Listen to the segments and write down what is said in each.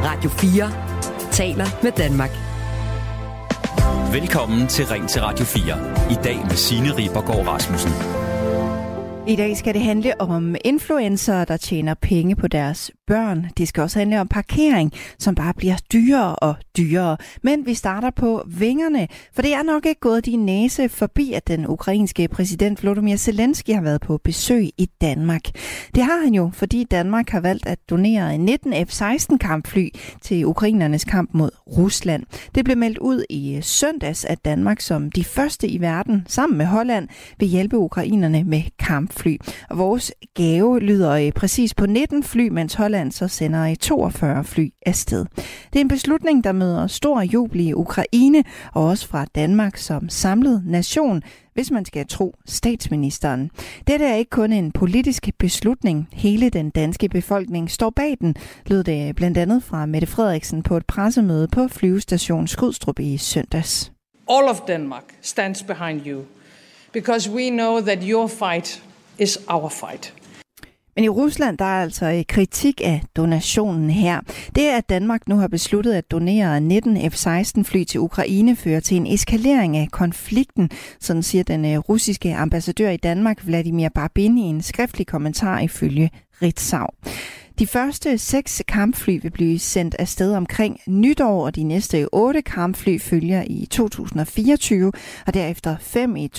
Radio 4 taler med Danmark. Velkommen til Ring til Radio 4. I dag med Signe Ribergaard Rasmussen. I dag skal det handle om influencere, der tjener penge på deres børn. Det skal også handle om parkering, som bare bliver dyrere og dyrere. Men vi starter på vingerne, for det er nok ikke gået din næse forbi, at den ukrainske præsident Volodymyr Zelensky har været på besøg i Danmark. Det har han jo, fordi Danmark har valgt at donere 19 F-16 kampfly til ukrainernes kamp mod Rusland. Det blev meldt ud i søndags, at Danmark som de første i verden, sammen med Holland, vil hjælpe ukrainerne med kampfly. Og vores gave lyder præcis på 19 fly, mens Holland så sender 42 fly afsted. Det er en beslutning, der møder stor jubel i Ukraine, og også fra Danmark som samlet nation, hvis man skal tro statsministeren. Dette er ikke kun en politisk beslutning. Hele den danske befolkning står bag den, lød det blandt andet fra Mette Frederiksen på et pressemøde på flyvestation Skrydstrup i søndags. All of Denmark stands behind you, because we know that your fight is our fight. Men i Rusland, der er altså kritik af donationen her. Det, at Danmark nu har besluttet at donere 19 F-16 fly til Ukraine, fører til en eskalering af konflikten, sådan siger den russiske ambassadør i Danmark, Vladimir Barbin, i en skriftlig kommentar ifølge Ritzau. De første 6 kampfly vil blive sendt afsted omkring nytår, og de næste 8 kampfly følger i 2024, og derefter 5 i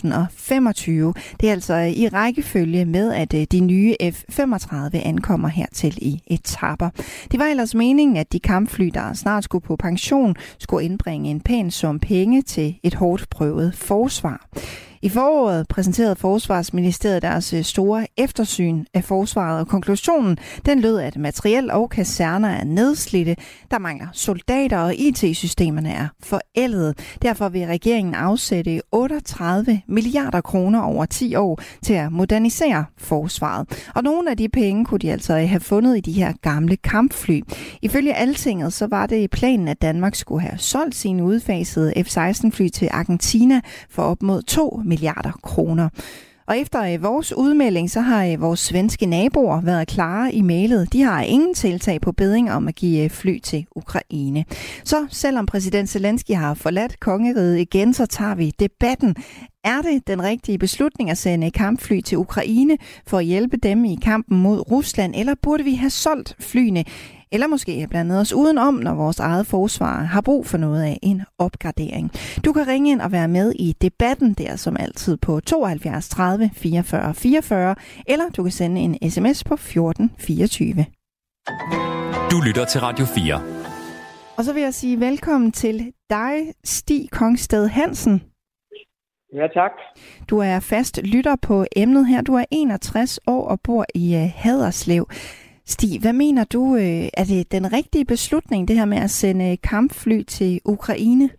2025. Det er altså i rækkefølge med, at de nye F-35 ankommer hertil i etaper. Det var ellers meningen, at de kampfly, der snart skulle på pension, skulle indbringe en pæn sum penge til et hårdt prøvet forsvar. I foråret præsenterede Forsvarsministeriet deres store eftersyn af forsvaret, og konklusionen den lød, at materiel og kaserner er nedslidte, der mangler soldater, og IT-systemerne er forældede. Derfor vil regeringen afsætte 38 milliarder kroner over 10 år til at modernisere forsvaret. Og nogle af de penge kunne de altså have fundet i de her gamle kampfly. Ifølge Altinget så var det planen, at Danmark skulle have solgt sine udfasede F-16-fly til Argentina for op mod 2 milliarder kroner. Og efter vores udmelding, så har vores svenske naboer været klare i mailet. De har ingen tiltag på beding om at give fly til Ukraine. Så selvom præsident Zelensky har forladt kongeriget igen, så tager vi debatten. Er det den rigtige beslutning at sende kampfly til Ukraine for at hjælpe dem i kampen mod Rusland, eller burde vi have solgt flyene? Eller måske blandet os udenom, når vores eget forsvar har brug for noget af en opgradering. Du kan ringe ind og være med i debatten der som altid på 72 30 44 44, eller du kan sende en sms på 14 24. Du lytter til Radio 4. Og så vil jeg sige velkommen til dig, Stig Kongsted Hansen. Ja, tak. Du er fast lytter på emnet her. Du er 61 år og bor i Haderslev. Stig, hvad mener du, er det den rigtige beslutning, det her med at sende kampfly til Ukraine?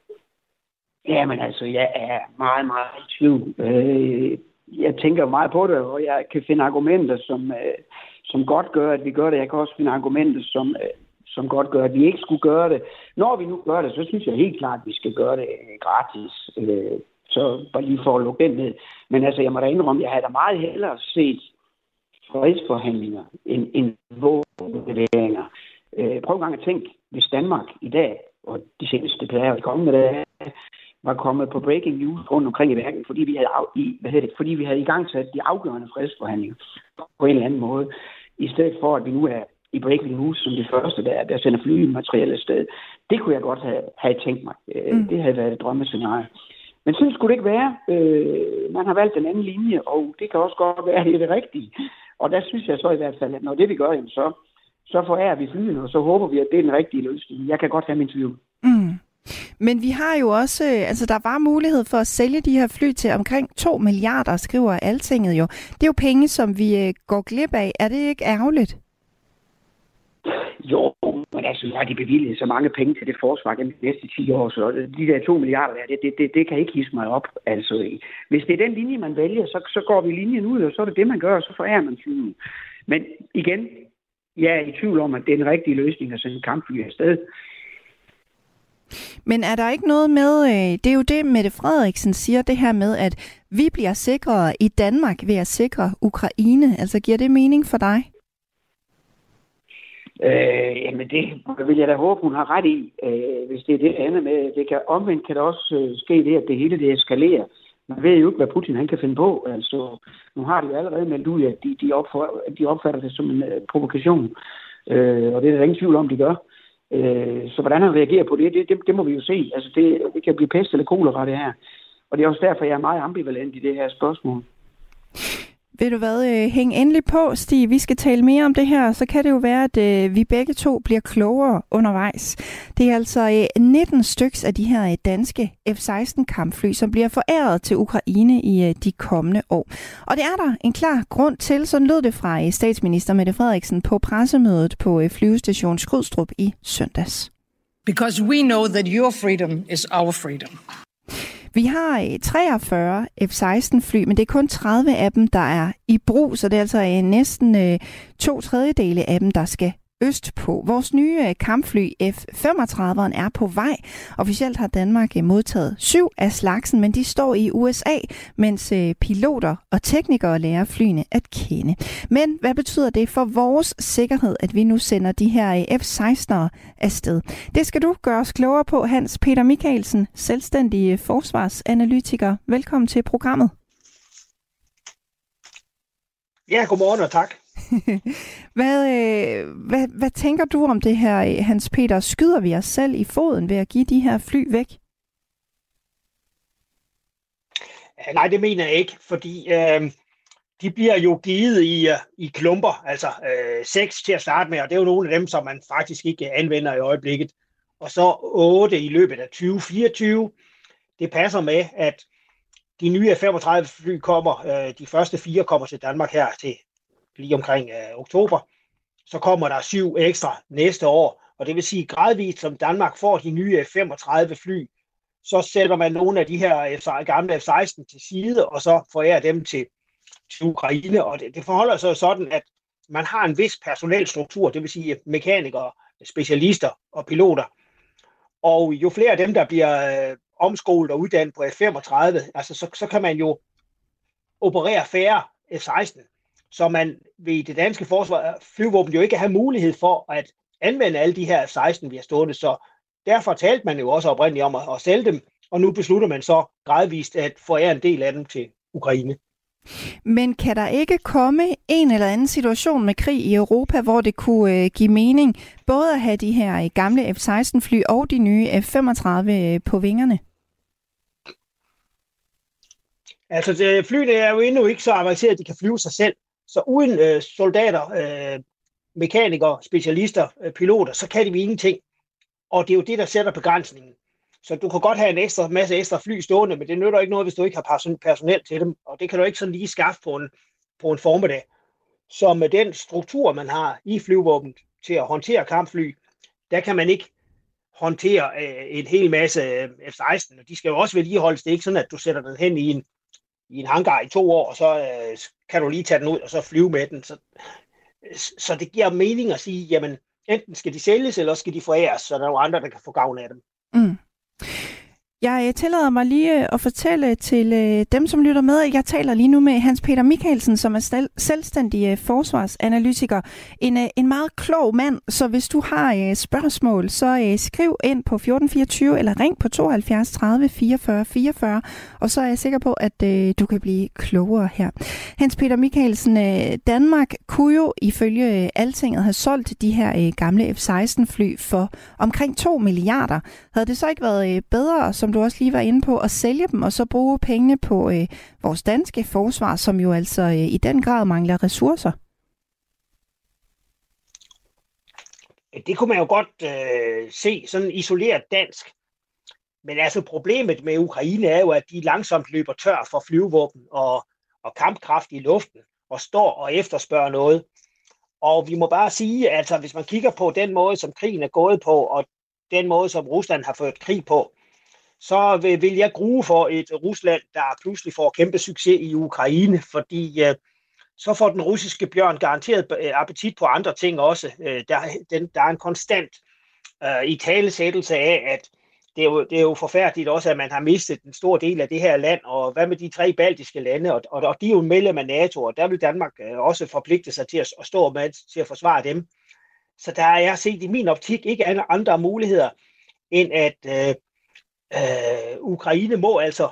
Jamen altså, jeg er meget, meget i tvivl. Jeg tænker meget på det, og jeg kan finde argumenter, som godt gør, at vi gør det. Jeg kan også finde argumenter, som godt gør, at vi ikke skulle gøre det. Når vi nu gør det, så synes jeg helt klart, at vi skal gøre det gratis. Så bare lige for at lukke den ned. Men altså, jeg må da indrømme, jeg havde da meget hellere set fredsforhandlinger end våbenleveringer. Prøv en gang at tænke, hvis Danmark i dag, og de seneste dage, de kommende dage, var kommet på breaking news rundt omkring i verden, fordi vi havde i gang sat de afgørende fredsforhandlinger på en eller anden måde, i stedet for at vi nu er i breaking news som det første, der sender flymateriale afsted. Det kunne jeg godt have tænkt mig. Det havde været et drømmescenarie. Men sådan skulle det ikke være. Man har valgt en anden linje, og det kan også godt være, at det er det rigtige. Og der synes jeg så i hvert fald, at når det vi gør, så forærer vi flyene, og så håber vi, at det er den rigtige løsning. Jeg kan godt have min tvivl. Men vi har jo også, der var mulighed for at sælge de her fly til omkring 2 milliarder, skriver Altinget jo. Det er jo penge, som vi går glip af. Er det ikke ærgerligt? Jo, men altså, har de bevilget så mange penge til det forsvar gennem de næste 10 år, så de der 2 milliarder der, det kan ikke hisse mig op. Altså, hvis det er den linje, man vælger, så går vi linjen ud, og så er det det, man gør, og så forærer man flyene. Men igen, jeg er i tvivl om, at det er den rigtige løsning at sende kampfly afsted. Men er der ikke noget med, det er jo det, Mette Frederiksen siger, det her med, at vi bliver sikrere i Danmark ved at sikre Ukraine. Altså, giver det mening for dig? Jamen det vil jeg da håbe, hun har ret i, hvis det er det andet med. Omvendt kan det også ske det, at det hele det eskalerer. Man ved jo ikke, hvad Putin han kan finde på. Altså, nu har de jo allerede meldt ud, at de opfatter det som en provokation. Og det er der ingen tvivl om, de gør. Så hvordan han reagerer på det må vi jo se. Altså, det kan blive pest eller kolera, det her. Og det er også derfor, jeg er meget ambivalent i det her spørgsmål. Ved du hvad, hæng endelig på, Stig. Vi skal tale mere om det her, så kan det jo være, at vi begge to bliver klogere undervejs. Det er altså 19 styks af de her danske F-16-kampfly, som bliver foræret til Ukraine i de kommende år. Og det er der en klar grund til, sådan lød det fra statsminister Mette Frederiksen på pressemødet på flyvestation Skrydstrup i søndags. Because we know that your freedom is our freedom. Vi har 43 F-16-fly, men det er kun 30 af dem, der er i brug, så det er altså næsten 2/3 af dem, der skal østpå. Vores nye kampfly F-35'eren er på vej. Officielt har Danmark modtaget 7 af slagsen, men de står i USA, mens piloter og teknikere lærer flyene at kende. Men hvad betyder det for vores sikkerhed, at vi nu sender de her F-16'ere afsted? Det skal du gøre os klogere på, Hans Peter Michaelsen, selvstændig forsvarsanalytiker. Velkommen til programmet. Ja, godmorgen og tak. Hvad tænker du om det her, Hans Peter? Skyder vi os selv i foden ved at give de her fly væk? Nej, det mener jeg ikke, fordi de bliver jo givet i klumper, altså 6 til at starte med, og det er jo nogle af dem, som man faktisk ikke anvender i øjeblikket. Og så 8 i løbet af 2024. Det passer med, at de nye F-35 fly kommer, de første 4 kommer til Danmark her til lige omkring oktober. Så kommer der 7 ekstra næste år, og det vil sige gradvist, som Danmark får de nye F-35 fly, så sætter man nogle af de her gamle F-16 til side, og så forærer dem til Ukraine. Og det forholder sig sådan, at man har en vis personelstruktur, det vil sige mekanikere, specialister og piloter. Og jo flere af dem, der bliver omskolet og uddannet på F-35, altså så kan man jo operere færre F-16. Så man ved det danske forsvar flyvåben jo ikke have mulighed for at anvende alle de her F-16, vi har stående. Så derfor talte man jo også oprindeligt om at sælge dem, og nu beslutter man så gradvist at forære en del af dem til Ukraine. Men kan der ikke komme en eller anden situation med krig i Europa, hvor det kunne give mening både at have de her gamle F-16-fly og de nye F-35 på vingerne? Altså flyene er jo endnu ikke så avanceret, at de kan flyve sig selv. Så uden soldater, mekanikere, specialister, piloter, så kan de ingenting. Og det er jo det, der sætter begrænsningen. Så du kan godt have en masse ekstra fly stående, men det nytter ikke noget, hvis du ikke har personel til dem. Og det kan du ikke sådan lige skaffe på en formiddag. Så med den struktur, man har i flyvåbnet til at håndtere kampfly, der kan man ikke håndtere en hel masse F-16. Og de skal jo også vedligeholdes. Det er ikke sådan, at du sætter den hen i en hangar i 2 år, og så kan du lige tage den ud og så flyve med den. Så det giver mening at sige, jamen enten skal de sælges, eller skal de foræres, så der er nogle andre, der kan få gavn af dem. Mm. Jeg tillader mig lige at fortælle til dem, som lytter med, at jeg taler lige nu med Hans Peter Michaelsen, som er selvstændig forsvarsanalytiker. En meget klog mand, så hvis du har spørgsmål, så skriv ind på 1424 eller ring på 72 30 44 44, og så er jeg sikker på, at du kan blive klogere her. Hans Peter Michaelsen, Danmark kunne jo ifølge Altinget have solgt de her gamle F-16-fly for omkring 2 milliarder. Havde det så ikke været bedre, som du også lige var inde på, at sælge dem og så bruge pengene på vores danske forsvar, som jo altså i den grad mangler ressourcer? Det kunne man jo godt se sådan isoleret dansk. Men altså problemet med Ukraine er jo, at de langsomt løber tør for flyvevåben og kampkraft i luften og står og efterspørger noget. Og vi må bare sige, at altså, hvis man kigger på den måde, som krigen er gået på, og den måde, som Rusland har ført krig på, så vil jeg grue for et Rusland, der pludselig får kæmpe succes i Ukraine, fordi så får den russiske bjørn garanteret appetit på andre ting også. Der er en konstant italesættelse af, at det er jo forfærdeligt også, at man har mistet en stor del af det her land, og hvad med de 3 baltiske lande, og de er jo medlem af NATO, og der vil Danmark også forpligte sig til at stå med til at forsvare dem. Så der er set i min optik ikke andre muligheder, end at Ukraine må altså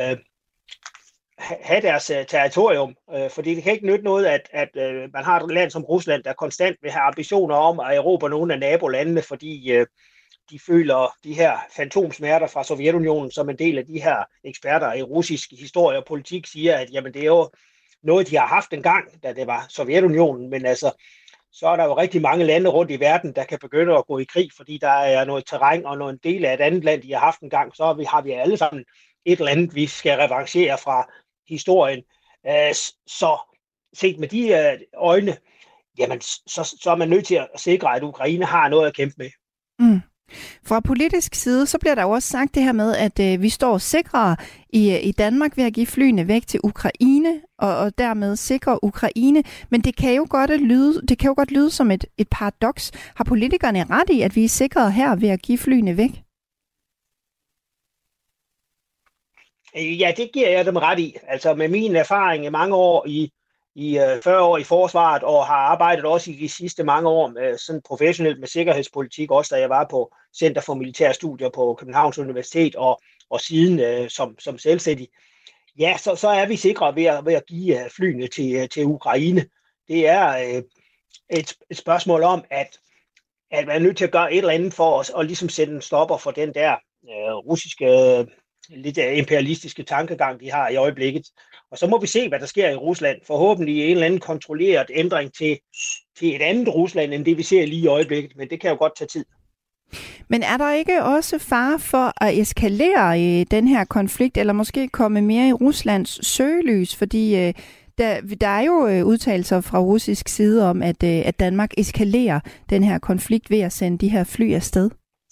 have deres territorium, fordi det kan ikke nytte noget, at man har et land som Rusland, der konstant vil have ambitioner om at erobre nogle af nabolandene, fordi de føler de her fantomsmerter fra Sovjetunionen, som en del af de her eksperter i russisk historie og politik siger, at jamen, det er jo noget, de har haft engang, da det var Sovjetunionen, men altså, så er der jo rigtig mange lande rundt i verden, der kan begynde at gå i krig, fordi der er noget terræn og noget del af et andet land, de har haft engang, så har vi alle sammen et eller andet, vi skal revancere fra historien. Så set med de øjne, jamen, så er man nødt til at sikre, at Ukraine har noget at kæmpe med. Mm. Fra politisk side, så bliver der jo også sagt det her med, at vi står sikrere i Danmark ved at give flyene væk til Ukraine, og dermed sikre Ukraine. Men det kan jo godt lyde som et paradoks. Har politikerne ret i, at vi er sikrere her ved at give flyene væk? Ja, det giver jeg dem ret i. Altså med min erfaring i mange år i 40 år i forsvaret, og har arbejdet også i de sidste mange år med, sådan professionelt med sikkerhedspolitik, også da jeg var på Center for Militære Studier på Københavns Universitet, og siden som selvstændig. Ja, så er vi sikre ved at give flyene til Ukraine. Det er et spørgsmål om, at man er nødt til at gøre et eller andet for os, og ligesom sætte en stopper for den der russiske lidt imperialistiske tankegang, de har i øjeblikket. Og så må vi se, hvad der sker i Rusland. Forhåbentlig en eller anden kontrolleret ændring til et andet Rusland, end det vi ser lige i øjeblikket. Men det kan jo godt tage tid. Men er der ikke også fare for at eskalere den her konflikt, eller måske komme mere i Ruslands søgelys? Fordi der er jo udtalelser fra russisk side om, at Danmark eskalerer den her konflikt ved at sende de her fly afsted.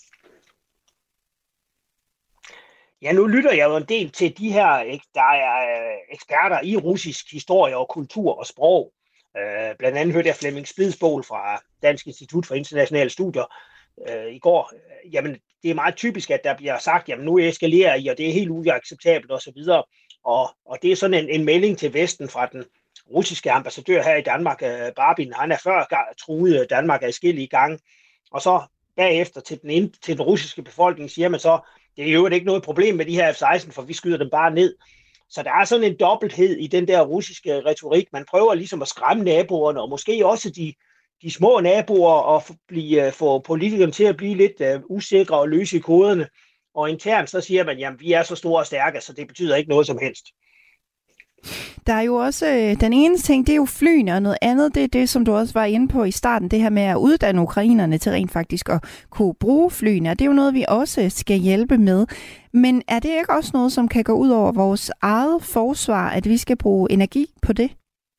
Ja, nu lytter jeg jo en del til de her, der er eksperter i russisk historie og kultur og sprog. Blandt andet hørte jeg Flemming Spidsbol fra Dansk Institut for Internationale Studier i går. Jamen, det er meget typisk, at der bliver sagt, jamen nu eskalerer I, og det er helt uacceptabelt osv. Og det er sådan en melding til Vesten fra den russiske ambassadør her i Danmark, Barbin. Han er før truet Danmark adskillige gange, og så bagefter til den russiske befolkning siger man så, det er jo ikke noget problem med de her F-16, for vi skyder dem bare ned. Så der er sådan en dobbelthed i den der russiske retorik. Man prøver ligesom at skræmme naboerne, og måske også de små naboer, og få politikerne til at blive lidt usikre og løse i koderne. Og internt så siger man, jamen vi er så store og stærke, så det betyder ikke noget som helst. Der er jo også, den ene ting, det er jo flyene, og noget andet, det er det, som du også var inde på i starten, det her med at uddanne ukrainerne til rent faktisk at kunne bruge flyene, og det er jo noget, vi også skal hjælpe med. Men er det ikke også noget, som kan gå ud over vores eget forsvar, at vi skal bruge energi på det?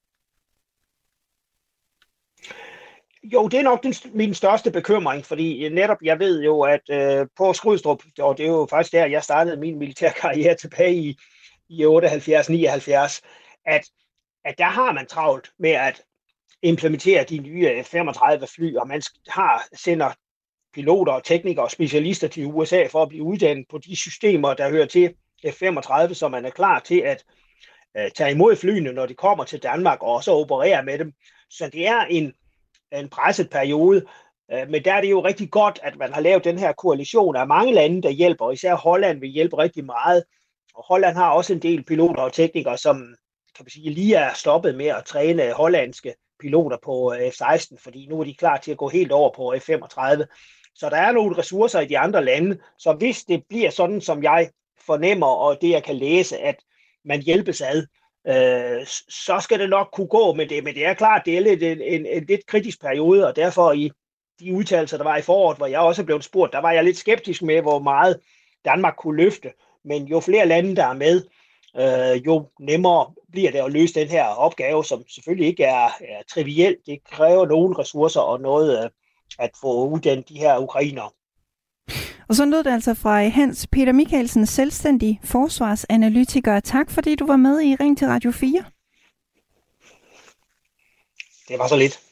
Jo, det er nok min største bekymring, fordi netop jeg ved jo, at på Skrydstrup, og det er jo faktisk der, jeg startede min militærkarriere tilbage i 78-79, at der har man travlt med at implementere de nye F-35 fly, og man sender piloter og teknikere og specialister til USA for at blive uddannet på de systemer, der hører til F-35, så man er klar til at tage imod flyene, når de kommer til Danmark, og så operere med dem. Så det er en presset periode, men der er det jo rigtig godt, at man har lavet den her koalition af mange lande, der hjælper, og især Holland vil hjælpe rigtig meget. Og Holland har også en del piloter og teknikere, som kan man sige, lige er stoppet med at træne hollandske piloter på F-16, fordi nu er de klar til at gå helt over på F-35. Så der er nogle ressourcer i de andre lande, så hvis det bliver sådan, som jeg fornemmer, og det jeg kan læse, at man hjælpes ad, så skal det nok kunne gå med det. Men det er klart, det er en lidt kritisk periode, og derfor i de udtalelser, der var i foråret, hvor jeg også blev spurgt, der var jeg lidt skeptisk med, hvor meget Danmark kunne løfte. Men jo flere lande, der er med, jo nemmere bliver det at løse den her opgave, som selvfølgelig ikke er trivielt. Det kræver nogle ressourcer og noget at få uddannet de her ukrainere. Og så lød det altså fra Hans Peter Michaelsen, selvstændig forsvarsanalytiker. Tak fordi du var med i Ring til Radio 4. Det var så lidt.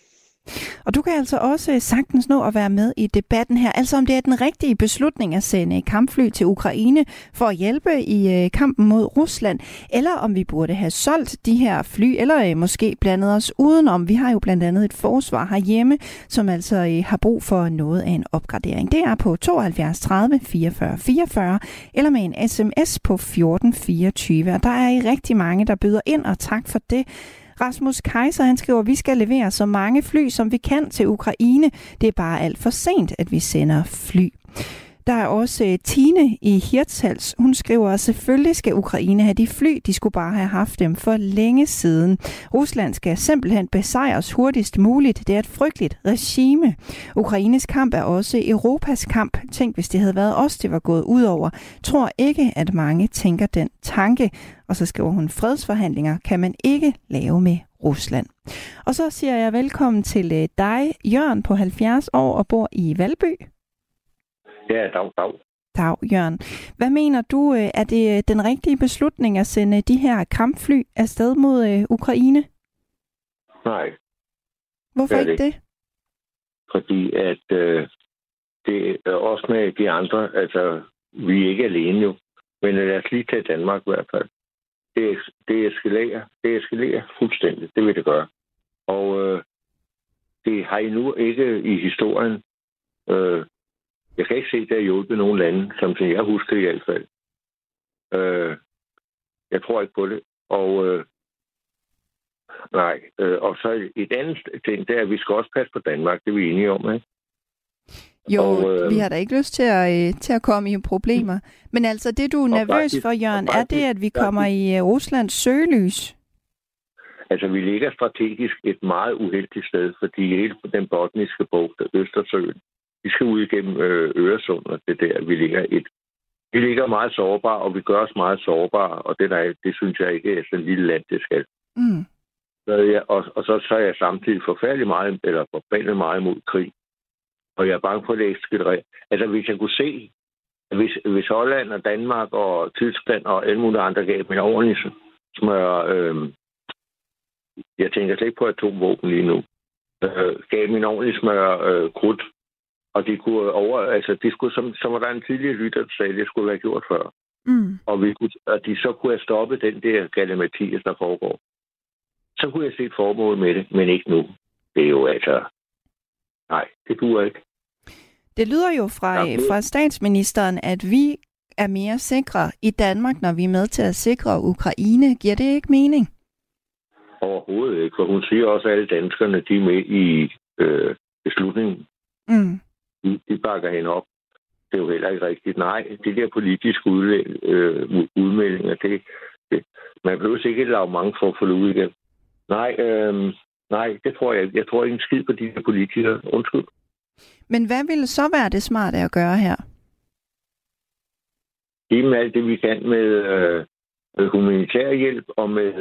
Og du kan altså også sagtens nå at være med i debatten her. Altså om det er den rigtige beslutning at sende kampfly til Ukraine for at hjælpe i kampen mod Rusland, eller om vi burde have solgt de her fly, eller måske blandet os udenom. Vi har jo blandt andet et forsvar herhjemme, som altså har brug for noget af en opgradering. Det er på 72 30 44 44, eller med en sms på 14 24. Og der er I rigtig mange, der byder ind, og tak for det. Rasmus Kaiser, han skriver, at vi skal levere så mange fly, som vi kan til Ukraine. Det er bare alt for sent, at vi sender fly. Der er også Tine i Hirtshals. Hun skriver, at selvfølgelig skal Ukraine have de fly. De skulle bare have haft dem for længe siden. Rusland skal simpelthen besejres hurtigst muligt. Det er et frygteligt regime. Ukraines kamp er også Europas kamp. Tænk, hvis det havde været os, det var gået ud over. Tror ikke, at mange tænker den tanke. Og så skriver hun, fredsforhandlinger kan man ikke lave med Rusland. Og så siger jeg velkommen til dig, Jørgen, på 70 år og bor i Valby. Ja, dag. Dag, Jørgen. Hvad mener du, er det den rigtige beslutning at sende de her kampfly afsted mod Ukraine? Nej. Hvorfor ikke det? Fordi at det er også med de andre, altså vi er ikke alene jo, men lad os lige tage Danmark i hvert fald. Det eskalerer fuldstændig, det vil det gøre. Og det har endnu ikke i historien jeg kan ikke se, at det har hjulpet nogen lande, som jeg husker i hvert fald. Jeg tror ikke på det. Og og så et andet ting, det er, at vi skal også passe på Danmark. Det er vi enige om, ikke? Jo, vi har da ikke lyst til at komme i problemer. Men altså, det du er nervøs for, Jørgen, er det, at vi kommer i Ruslands søgelys? Altså, vi ligger strategisk et meget uheldigt sted, fordi hele den botniske bugt, Østersøen, vi skal ud igennem Øresund, og det der, vi ligger meget sårbare, og vi gør os meget sårbare, og det synes jeg ikke er sådan et lille land, det skal. Mm. Så er jeg samtidig forbandet meget imod krig. Og jeg er bange for, at det ekskriderer. Altså, hvis jeg kunne se, at hvis Holland og Danmark og Tyskland og alle mulige andre gav mig ordentligt smør, jeg tænker slet ikke på atomvåben lige nu, gav mig ordentligt smør krudt, og de kunne de skulle, som var der en tidligere lytter, der sagde, det skulle være gjort før. Mm. Og de så kunne have stoppet den der galimatias, der foregår. Så kunne jeg se et formål med det, men ikke nu. Det er jo altså... Nej, det duer ikke. Det lyder jo fra statsministeren, at vi er mere sikre i Danmark, når vi er med til at sikre Ukraine. Giver det ikke mening? Overhovedet ikke, for hun siger også, at alle danskerne de er med i beslutningen. Mm. De bakker hende op. Det er jo heller ikke rigtigt. Nej, det der politiske udmeldinger, man behøver ikke lave mange for at få det ud igen. Nej, det tror jeg ikke. Jeg tror ikke en skid på de her politikere. Undskyld. Men hvad ville så være det smarte at gøre her? Give dem alt det, vi kan med humanitær hjælp og med,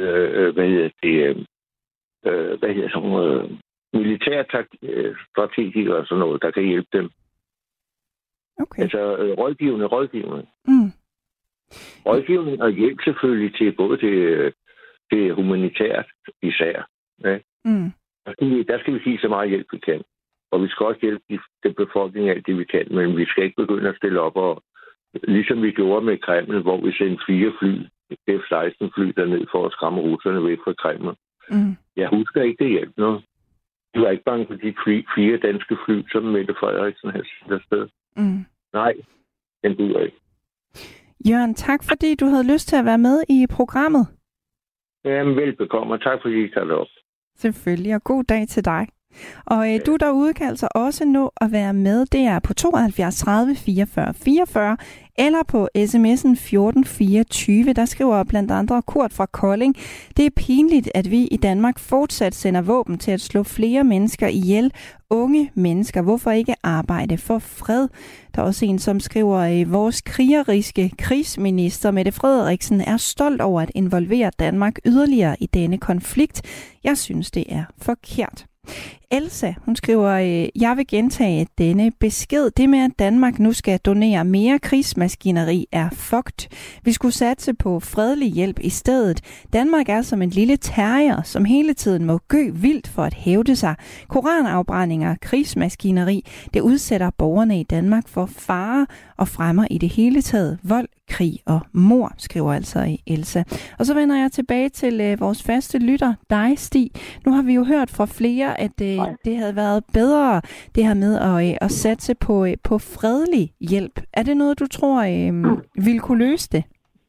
militærstrategikere og sådan noget, der kan hjælpe dem. Okay. Altså rådgivende. Mm. Rådgivning og hjælp selvfølgelig til både til humanitært især. Ja. Mm. Der skal vi give så meget hjælp, vi kan. Og vi skal også hjælpe den befolkning alt det, vi kan. Men vi skal ikke begynde at stille op, og ligesom vi gjorde med Kreml, hvor vi sendte 4 fly, F-16 fly derned for at skræmme russerne væk fra Kreml. Mm. Jeg husker ikke, det hjalp noget. De var ikke bange for de 4 danske fly, som Mette Frederiksen havde sendt afsted. Mm. Nej, den duer ikke. Jørgen, tak fordi du havde lyst til at være med i programmet. Jamen, velbekomme, og tak fordi I tager det op. Selvfølgelig, og god dag til dig. Og du derude kan altså også nå at være med. Det er på 72 30 44 44 eller på sms'en 1424. Der skriver blandt andre Kurt fra Kolding: det er pinligt, at vi i Danmark fortsat sender våben til at slå flere mennesker ihjel. Unge mennesker, hvorfor ikke arbejde for fred? Der er også en, som skriver: vores krigeriske krigsminister Mette Frederiksen er stolt over at involvere Danmark yderligere i denne konflikt. Jeg synes, det er forkert. Elsa, hun skriver, jeg vil gentage denne besked. Det med, at Danmark nu skal donere mere krigsmaskineri er fucked. Vi skulle satse på fredelig hjælp i stedet. Danmark er som en lille terrier, som hele tiden må gø vildt for at hævde sig. Koranafbrændinger, krigsmaskineri, det udsætter borgerne i Danmark for fare og fremmer i det hele taget vold, krig og mord, skriver altså Elsa. Og så vender jeg tilbage til vores faste lytter, dig, Stig. Nu har vi jo hørt fra flere, at det havde været bedre, det her med at satse på fredelig hjælp. Er det noget, du tror ville kunne løse det?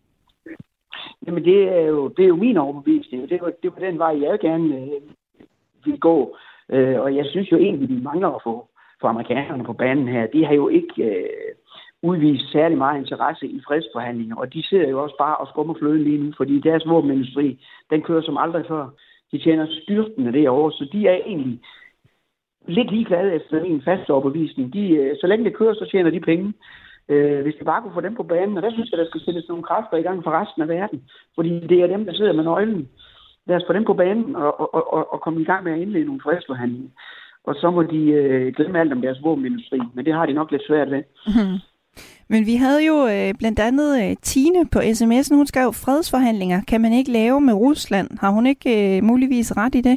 Jamen, det er jo min overbevisning. Det var den vej, jeg gerne vil gå. Og jeg synes jo egentlig, vi mangler at få amerikanerne på banen her. De har jo ikke udvist særlig meget interesse i fredsforhandlinger, og de sidder jo også bare og skummer fløden lige nu, fordi deres våbenindustri, den kører som aldrig før. De tjener styrtende derovre, så de er egentlig lidt ligeglade efter en fast overbevisning. Så længe det kører, så tjener de penge. Hvis vi bare kunne få dem på banen, og der synes jeg, der skal sættes nogle kræfter i gang for resten af verden, fordi det er dem, der sidder med nøglen. Lad os få dem på banen og komme i gang med at indlede nogle fredsforhandlinger. Og så må de glemme alt om deres våbenindustri, men det har de nok lidt svært ved. Mm-hmm. Men vi havde jo blandt andet Tine på sms'en. Hun skrev, fredsforhandlinger kan man ikke lave med Rusland. Har hun ikke muligvis ret i det?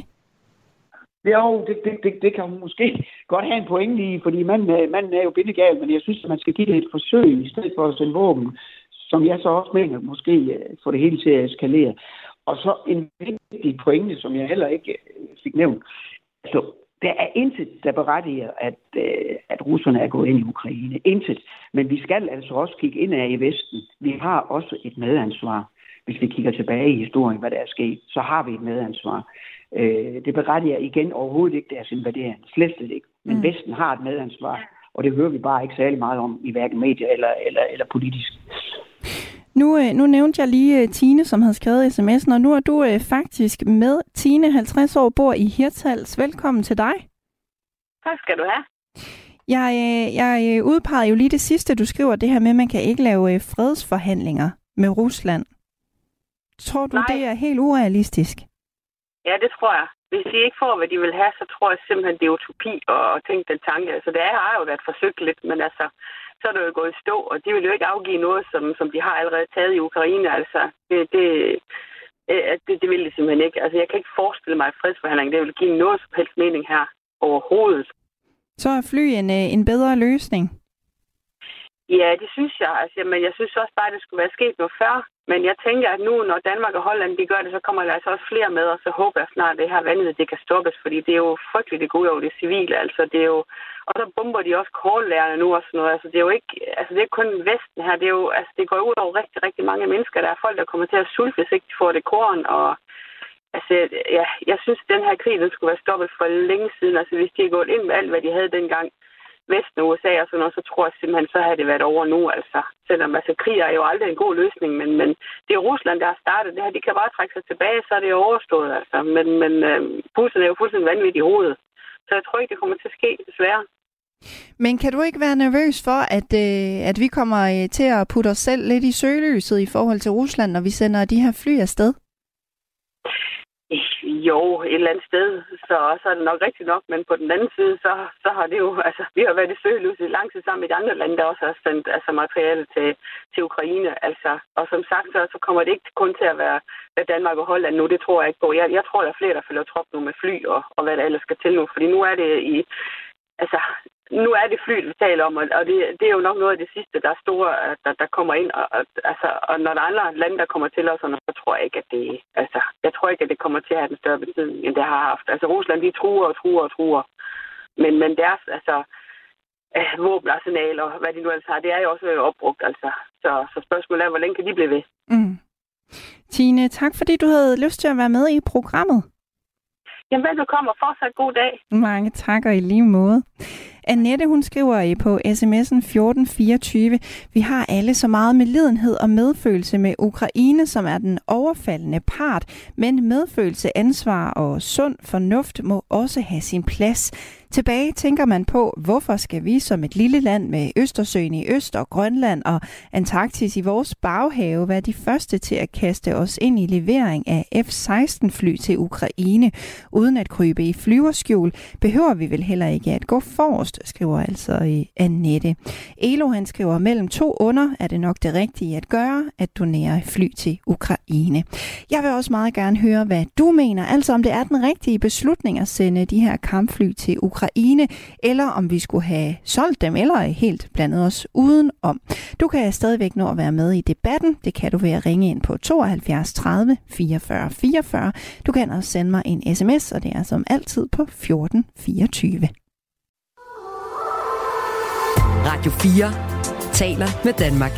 Jo, det kan hun måske godt have en pointe i, fordi manden er jo bindegal, men jeg synes, at man skal give det et forsøg, i stedet for at sende våben, som jeg så også mener, måske få det hele til at eskalere. Og så en vigtig pointe, som jeg heller ikke fik nævnt. Altså, der er intet, der berettiger, at russerne er gået ind i Ukraine. Intet. Men vi skal altså også kigge indad i Vesten. Vi har også et medansvar. Hvis vi kigger tilbage i historien, hvad der er sket, så har vi et medansvar. Det berettiger igen overhovedet ikke deres invadering. Slet ikke. Men Vesten har et medansvar, og det hører vi bare ikke særlig meget om i hverken medier eller politisk. Nu nævnte jeg lige Tine, som havde skrevet sms'en, og nu er du faktisk med. Tine, 50 år, bor i Hirtshals. Velkommen til dig. Tak skal du have. Jeg udpegede jo lige det sidste, du skriver, det her med, at man kan ikke lave fredsforhandlinger med Rusland. Tror du, det er helt urealistisk? Ja, det tror jeg. Hvis de ikke får, hvad de vil have, så tror jeg simpelthen, det er utopi at tænke den tanke. Altså, det har jo været forsøgt lidt, men altså, så er det jo gået i stå, og de vil jo ikke afgive noget, som de har allerede taget i Ukraine. Altså, det vil de simpelthen ikke. Altså, jeg kan ikke forestille mig, at fredsforhandling, det vil give noget som helst mening her overhovedet. Så er fly en bedre løsning? Ja, det synes jeg. Altså, men jeg synes også bare, at det skulle være sket noget før. Men jeg tænker, at nu, når Danmark og Holland de gør det, så kommer der altså også flere med, og så håber jeg snart, at det her vanvid, det kan stoppes, fordi det er jo frygteligt, det går ud over det civile. Altså, det er jo, og så bomber de også kortlærerne nu og sådan noget. Altså, det er jo ikke, altså, det er ikke kun Vesten her. Det er jo, altså, det går ud over rigtig, rigtig mange mennesker. Der er folk, der kommer til at sulte, hvis ikke de får det korn. Og altså, ja, jeg synes, at den her krig, den skulle være stoppet for længe siden. Altså, hvis de havde gået ind med alt, hvad de havde dengang, Vesten og USA og sådan noget, så tror jeg simpelthen, så havde det været over nu, altså. Selvom altså, krig er jo aldrig en god løsning, men det er Rusland, der har startet det her. De kan bare trække sig tilbage, så er det jo overstået, altså. Men Putin er jo fuldstændig vanvittig i hovedet. Så jeg tror ikke, det kommer til at ske, desværre. Men kan du ikke være nervøs for, at vi kommer til at putte os selv lidt i søgelyset i forhold til Rusland, når vi sender de her fly afsted? Jo, et eller andet sted, så er det nok rigtigt nok, men på den anden side, så har det jo, altså, vi har været i søgelyset lang tid sammen med de andre lande, der også har sendt altså, materiale til Ukraine, altså, og som sagt, så kommer det ikke kun til at være Danmark og Holland nu, det tror jeg ikke på. Jeg tror, der er flere, der følger trop nu med fly, og hvad der ellers skal til nu, fordi nu er det nu er det fly, vi taler om, og det er jo nok noget af det sidste, der er store, der kommer ind, og når der er andre lande, der kommer til os, så tror jeg ikke, at det kommer til at have den større betydning, end det har haft. Altså Rusland, de truer. Men deres, våbenarsenal og hvad de nu ellers har, det er jo også opbrugt, altså. Så spørgsmålet er, hvor længe kan de blive ved? Tine, tak fordi du havde lyst til at være med i programmet. Jamen, velbekomme og fortsat god dag. Mange tak, og i lige måde. Annette, hun skriver på sms'en 1424, vi har alle så meget medlidenhed og medfølelse med Ukraine, som er den overfaldende part, men medfølelse, ansvar og sund fornuft må også have sin plads. Tilbage tænker man på, hvorfor skal vi som et lille land med Østersøen i øst og Grønland og Antarktis i vores baghave være de første til at kaste os ind i levering af F-16-fly til Ukraine, uden at krybe i flyverskjul, behøver vi vel heller ikke at gå forrest, skriver altså Annette. Elo, han skriver, mellem 2 onder er det nok det rigtige at gøre, at donere fly til Ukraine. Jeg vil også meget gerne høre, hvad du mener, altså om det er den rigtige beslutning at sende de her kampfly til Ukraine, eller om vi skulle have solgt dem, eller helt blandet os udenom. Du kan stadigvæk nå at være med i debatten. Det kan du ved at ringe ind på 72 30 44 44. Du kan også sende mig en sms, og det er som altid på 14 24. Radio 4 taler med Danmark.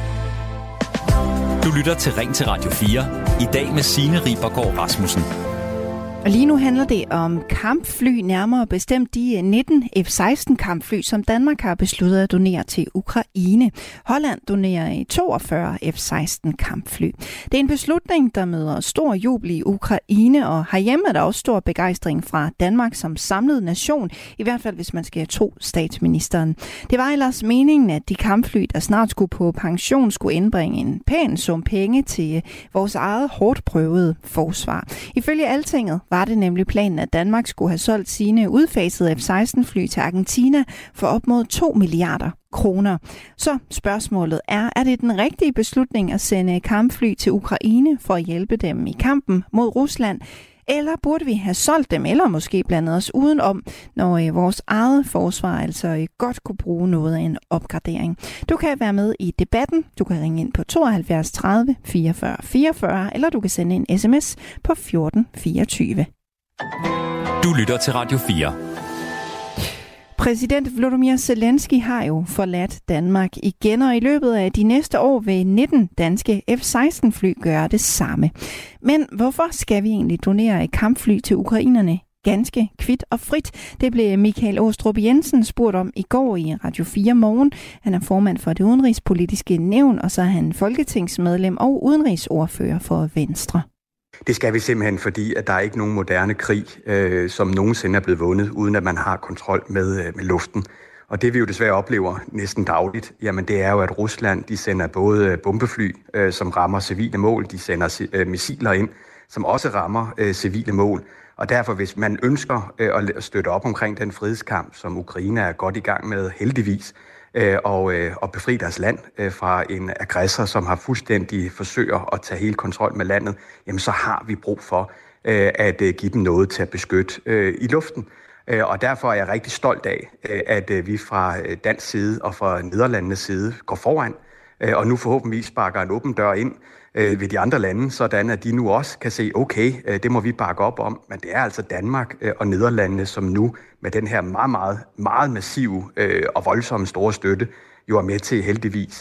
Du lytter til Ring til Radio 4. I dag med Signe Ribergaard Rasmussen. Og lige nu handler det om kampfly, nærmere bestemt de 19 F-16 kampfly, som Danmark har besluttet at donere til Ukraine. Holland donerer 42 F-16 kampfly. Det er en beslutning, der møder stor jubel i Ukraine, og herhjemme er der også stor begejstring fra Danmark som samlet nation, i hvert fald hvis man skal tro statsministeren. Det var ellers meningen, at de kampfly, der snart skulle på pension, skulle indbringe en pæn sum penge til vores eget hårdt prøvede forsvar. Ifølge Altinget var det nemlig planen, at Danmark skulle have solgt sine udfasede F-16-fly til Argentina for op mod 2 milliarder kroner. Så spørgsmålet er det den rigtige beslutning at sende kampfly til Ukraine for at hjælpe dem i kampen mod Rusland? Eller burde vi have solgt dem, eller måske blandet os udenom, når vores eget forsvar altså godt kunne bruge noget af en opgradering? Du kan være med i debatten. Du kan ringe ind på 72 30 44 44, eller du kan sende en sms på 14 24. Du lytter til Radio 4. Præsident Volodymyr Zelensky har jo forladt Danmark igen, og i løbet af de næste år vil 19 danske F-16-fly gøre det samme. Men hvorfor skal vi egentlig donere kampfly til ukrainerne ganske kvit og frit? Det blev Michael Aastrup Jensen spurgt om i går i Radio 4 Morgen. Han er formand for det udenrigspolitiske nævn, og så er han folketingsmedlem og udenrigsordfører for Venstre. Det skal vi simpelthen, fordi at der er ikke nogen moderne krig, som nogensinde er blevet vundet, uden at man har kontrol med luften. Og det vi jo desværre oplever næsten dagligt, jamen det er jo, at Rusland de sender både bombefly, som rammer civile mål, de sender missiler ind, som også rammer civile mål. Og derfor, hvis man ønsker at støtte op omkring den frihedskamp, som Ukraine er godt i gang med heldigvis, og befri deres land fra en aggressor, som har fuldstændig forsøger at tage hele kontrol med landet, jamen så har vi brug for at give dem noget til at beskytte i luften. Og derfor er jeg rigtig stolt af, at vi fra dansk side og fra Nederlandenes side går foran, og nu forhåbentlig sparker en åben dør ind ved de andre lande, sådan at de nu også kan se, okay, det må vi bakke op om, men det er altså Danmark og Nederlandene, som nu med den her meget, meget, meget massive og voldsomme store støtte, jo er med til heldigvis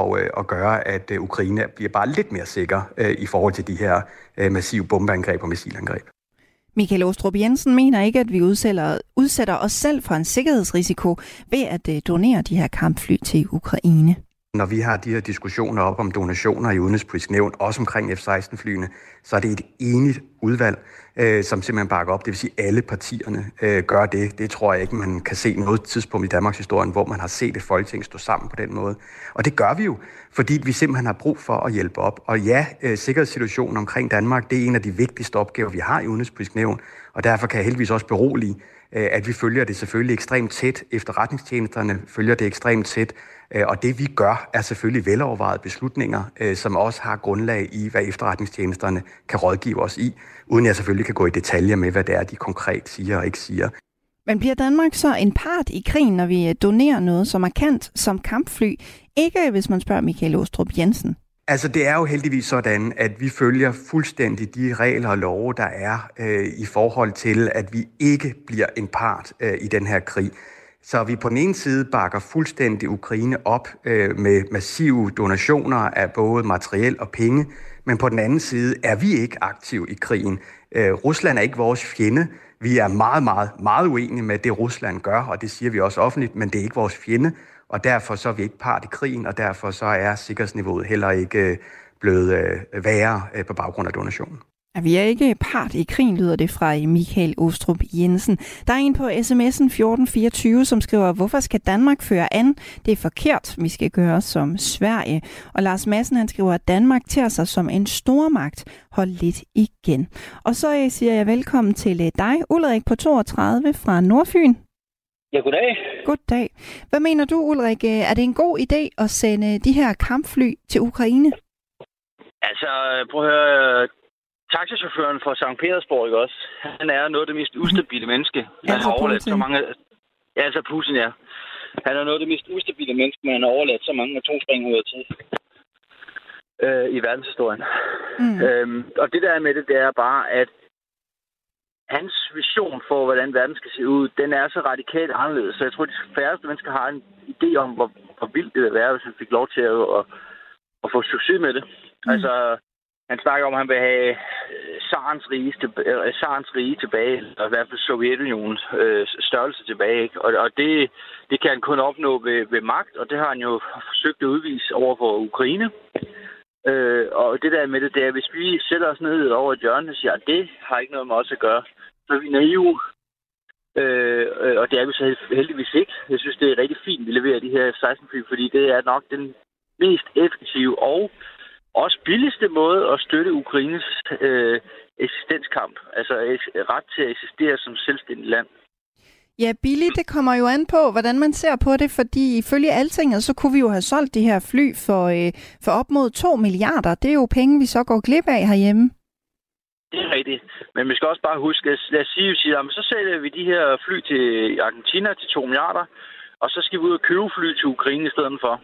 at gøre, at Ukraine bliver bare lidt mere sikker i forhold til de her massive bombeangreb og missilangreb. Michael Aastrup Jensen mener ikke, at vi udsætter os selv for en sikkerhedsrisiko ved at donere de her kampfly til Ukraine. Når vi har de her diskussioner op om donationer i udenrigspolitisk nævn, også omkring F-16-flyene, så er det et enigt udvalg, som simpelthen bakker op. Det vil sige, at alle partierne gør det. Det tror jeg ikke, man kan se noget tidspunkt i Danmarks historie, hvor man har set et folketing stå sammen på den måde. Og det gør vi jo, fordi vi simpelthen har brug for at hjælpe op. Og ja, sikkerhedssituationen omkring Danmark, det er en af de vigtigste opgaver, vi har i udenrigspolitisk nævn. Og derfor kan jeg heldigvis også berolige, at vi følger det selvfølgelig ekstremt tæt. Efterretningstjenesterne følger det ekstremt tæt. Og det vi gør, er selvfølgelig velovervejede beslutninger, som også har grundlag i, hvad efterretningstjenesterne kan rådgive os i, uden jeg selvfølgelig kan gå i detaljer med, hvad det er, de konkret siger og ikke siger. Men bliver Danmark så en part i krigen, når vi donerer noget, som er kendt som kampfly? Ikke hvis man spørger Michael Aastrup Jensen. Altså det er jo heldigvis sådan, at vi følger fuldstændig de regler og love, der er i forhold til, at vi ikke bliver en part i den her krig. Så vi på den ene side bakker fuldstændig Ukraine op med massive donationer af både materiel og penge, men på den anden side er vi ikke aktive i krigen. Rusland er ikke vores fjende. Vi er meget, meget, meget uenige med det, Rusland gør, og det siger vi også offentligt, men det er ikke vores fjende, og derfor så er vi ikke part i krigen, og derfor så er sikkerhedsniveauet heller ikke blevet værre på baggrund af donationen. Vi er ikke part i krigen, lyder det fra Michael Åstrup Jensen. Der er en på sms'en 1424, som skriver, hvorfor skal Danmark føre an? Det er forkert, vi skal gøre som Sverige. Og Lars Madsen, han skriver, at Danmark tager sig som en stormagt. Hold lidt igen. Og så siger jeg velkommen til dig, Ulrik på 32 fra Nordfyn. Ja, goddag. Goddag. Hvad mener du, Ulrik? Er det en god idé at sende de her kampfly til Ukraine? Altså, prøv at høre. Taxichaufføren fra Sankt Petersborg, ikke også? Han er noget af det mest ustabile menneske. Han har overladt så mange... Ja, altså Putin, ja. Han er noget af det mest ustabile menneske, men han har overladt så mange atomsprænghoveder til i verdenshistorien. Og det der er med det, det er bare, at hans vision for, hvordan verden skal se ud, den er så radikalt anderledes. Så jeg tror, at de færreste mennesker har en idé om, hvor vildt det vil være, hvis han fik lov til at få succes med det. Altså... Han snakker om, at han vil have Tsarens rige tilbage, eller i hvert fald Sovjetunionens størrelse tilbage. Ikke? Og det kan han kun opnå ved magt, og det har han jo forsøgt at udvise over for Ukraine. Og det der med det, er, hvis vi sætter os ned over et hjørne og siger, at det har ikke noget med os at gøre, så er vi naive. Og det er vi så heldigvis ikke. Jeg synes, det er rigtig fint, at vi leverer de her 16-fly, fordi det er nok den mest effektive og også billigste måde at støtte Ukraines eksistenskamp. Altså ret til at eksistere som selvstændigt land. Ja, billigt, det kommer jo an på, hvordan man ser på det, fordi ifølge Altinget, så kunne vi jo have solgt de her fly for op mod 2 milliarder. Det er jo penge, vi så går glip af herhjemme. Det er rigtigt. Men vi skal også bare huske, lad os sige, så sælger vi de her fly til Argentina til 2 milliarder, og så skal vi ud og købe fly til Ukraine i stedet for.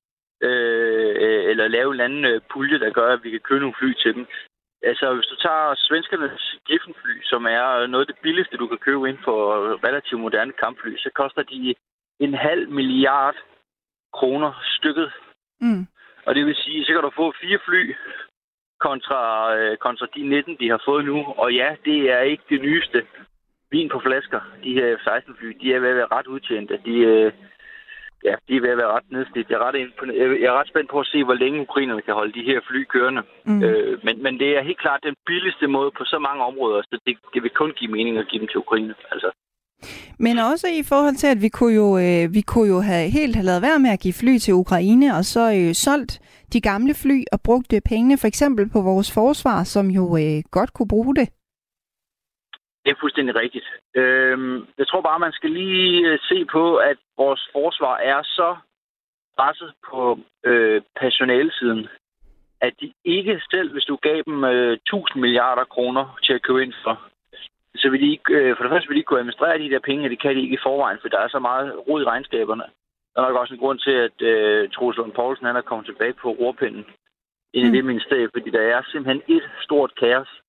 Eller lave en anden pulje, der gør, at vi kan købe nogle fly til dem. Altså, hvis du tager svenskernes Griffenfly, som er noget af det billigste, du kan købe ind for relativt moderne kampfly, så koster de 0,5 milliard kroner stykket. Og det vil sige, så kan du få 4 fly kontra de 19, de har fået nu. Og ja, det er ikke det nyeste vin på flasker. De her F-16-fly, de er ved at være ret udtjente. De er ved at være ret nedslidt. Jeg er ret spændt på at se, hvor længe ukrainerne kan holde de her fly kørende. Men det er helt klart den billigste måde på så mange områder, så det vil kun give mening at give dem til Ukraine. Altså. Men også i forhold til, at vi kunne jo have lavet være med at give fly til Ukraine, og så solgt de gamle fly og brugt pengene for eksempel på vores forsvar, som jo godt kunne bruge det. Det er fuldstændig rigtigt. Jeg tror bare, man skal lige se på, at vores forsvar er så presset på personalesiden, at de ikke selv, hvis du gav dem 1000 milliarder kroner til at købe ind for, så vil de ikke, for det første vil de ikke kunne administrere de der penge, og det kan de ikke i forvejen, for der er så meget rod i regnskaberne. Der er nok også en grund til, at Troels Lund Poulsen han er kommet tilbage på rorpinden ind i det ministerie, fordi der er simpelthen et stort kaos.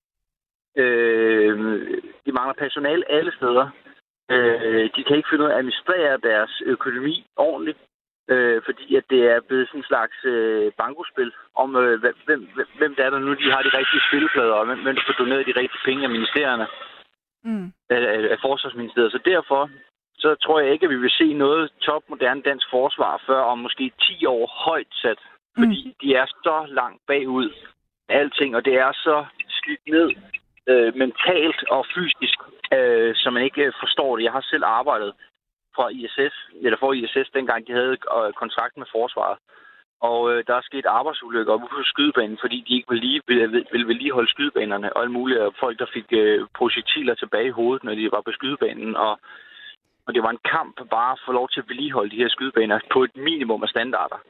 De mangler personale alle steder. De kan ikke finde ud af at administrere deres økonomi ordentligt, fordi at det er blevet sådan en slags bankospil om, hvem der er der nu, de har de rigtige spilleplader, og hvem der får doneret de rigtige penge af ministerierne, af forsvarsministeriet. Så derfor så tror jeg ikke, at vi vil se noget topmoderne dansk forsvar før om måske 10 år højt sat, fordi de er så langt bagud af alting, og det er så slidt ned mentalt og fysisk, så man ikke forstår det. Jeg har selv arbejdet for ISS, dengang de havde kontrakt med forsvaret. Og der er sket arbejdsulykker oppe på skydebanen, fordi de ikke ville vedligeholde skydebanerne, og alle mulige folk, der fik projektiler tilbage i hovedet, når de var på skydebanen. Og det var en kamp bare at få lov til at vedligeholde de her skydebaner på et minimum af standarder.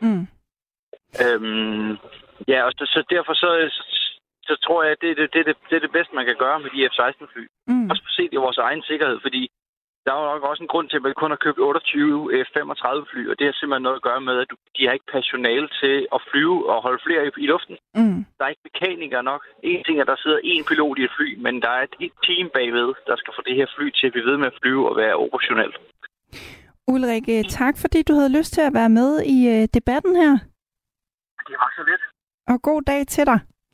Og så derfor så tror jeg, at det er det bedste, man kan gøre med de F-16-fly. Også for set i vores egen sikkerhed, fordi der er jo nok også en grund til, at man kun har købt 28 F-35-fly, og det har simpelthen noget at gøre med, at de har ikke personale til at flyve og holde flere i luften. Der er ikke mekanikere nok. En ting er, at der sidder én pilot i et fly, men der er et helt team bagved, der skal få det her fly til at blive ved med at flyve og være operationelt. Ulrik, tak fordi du havde lyst til at være med i debatten her. Det var så lidt. Og god dag til dig.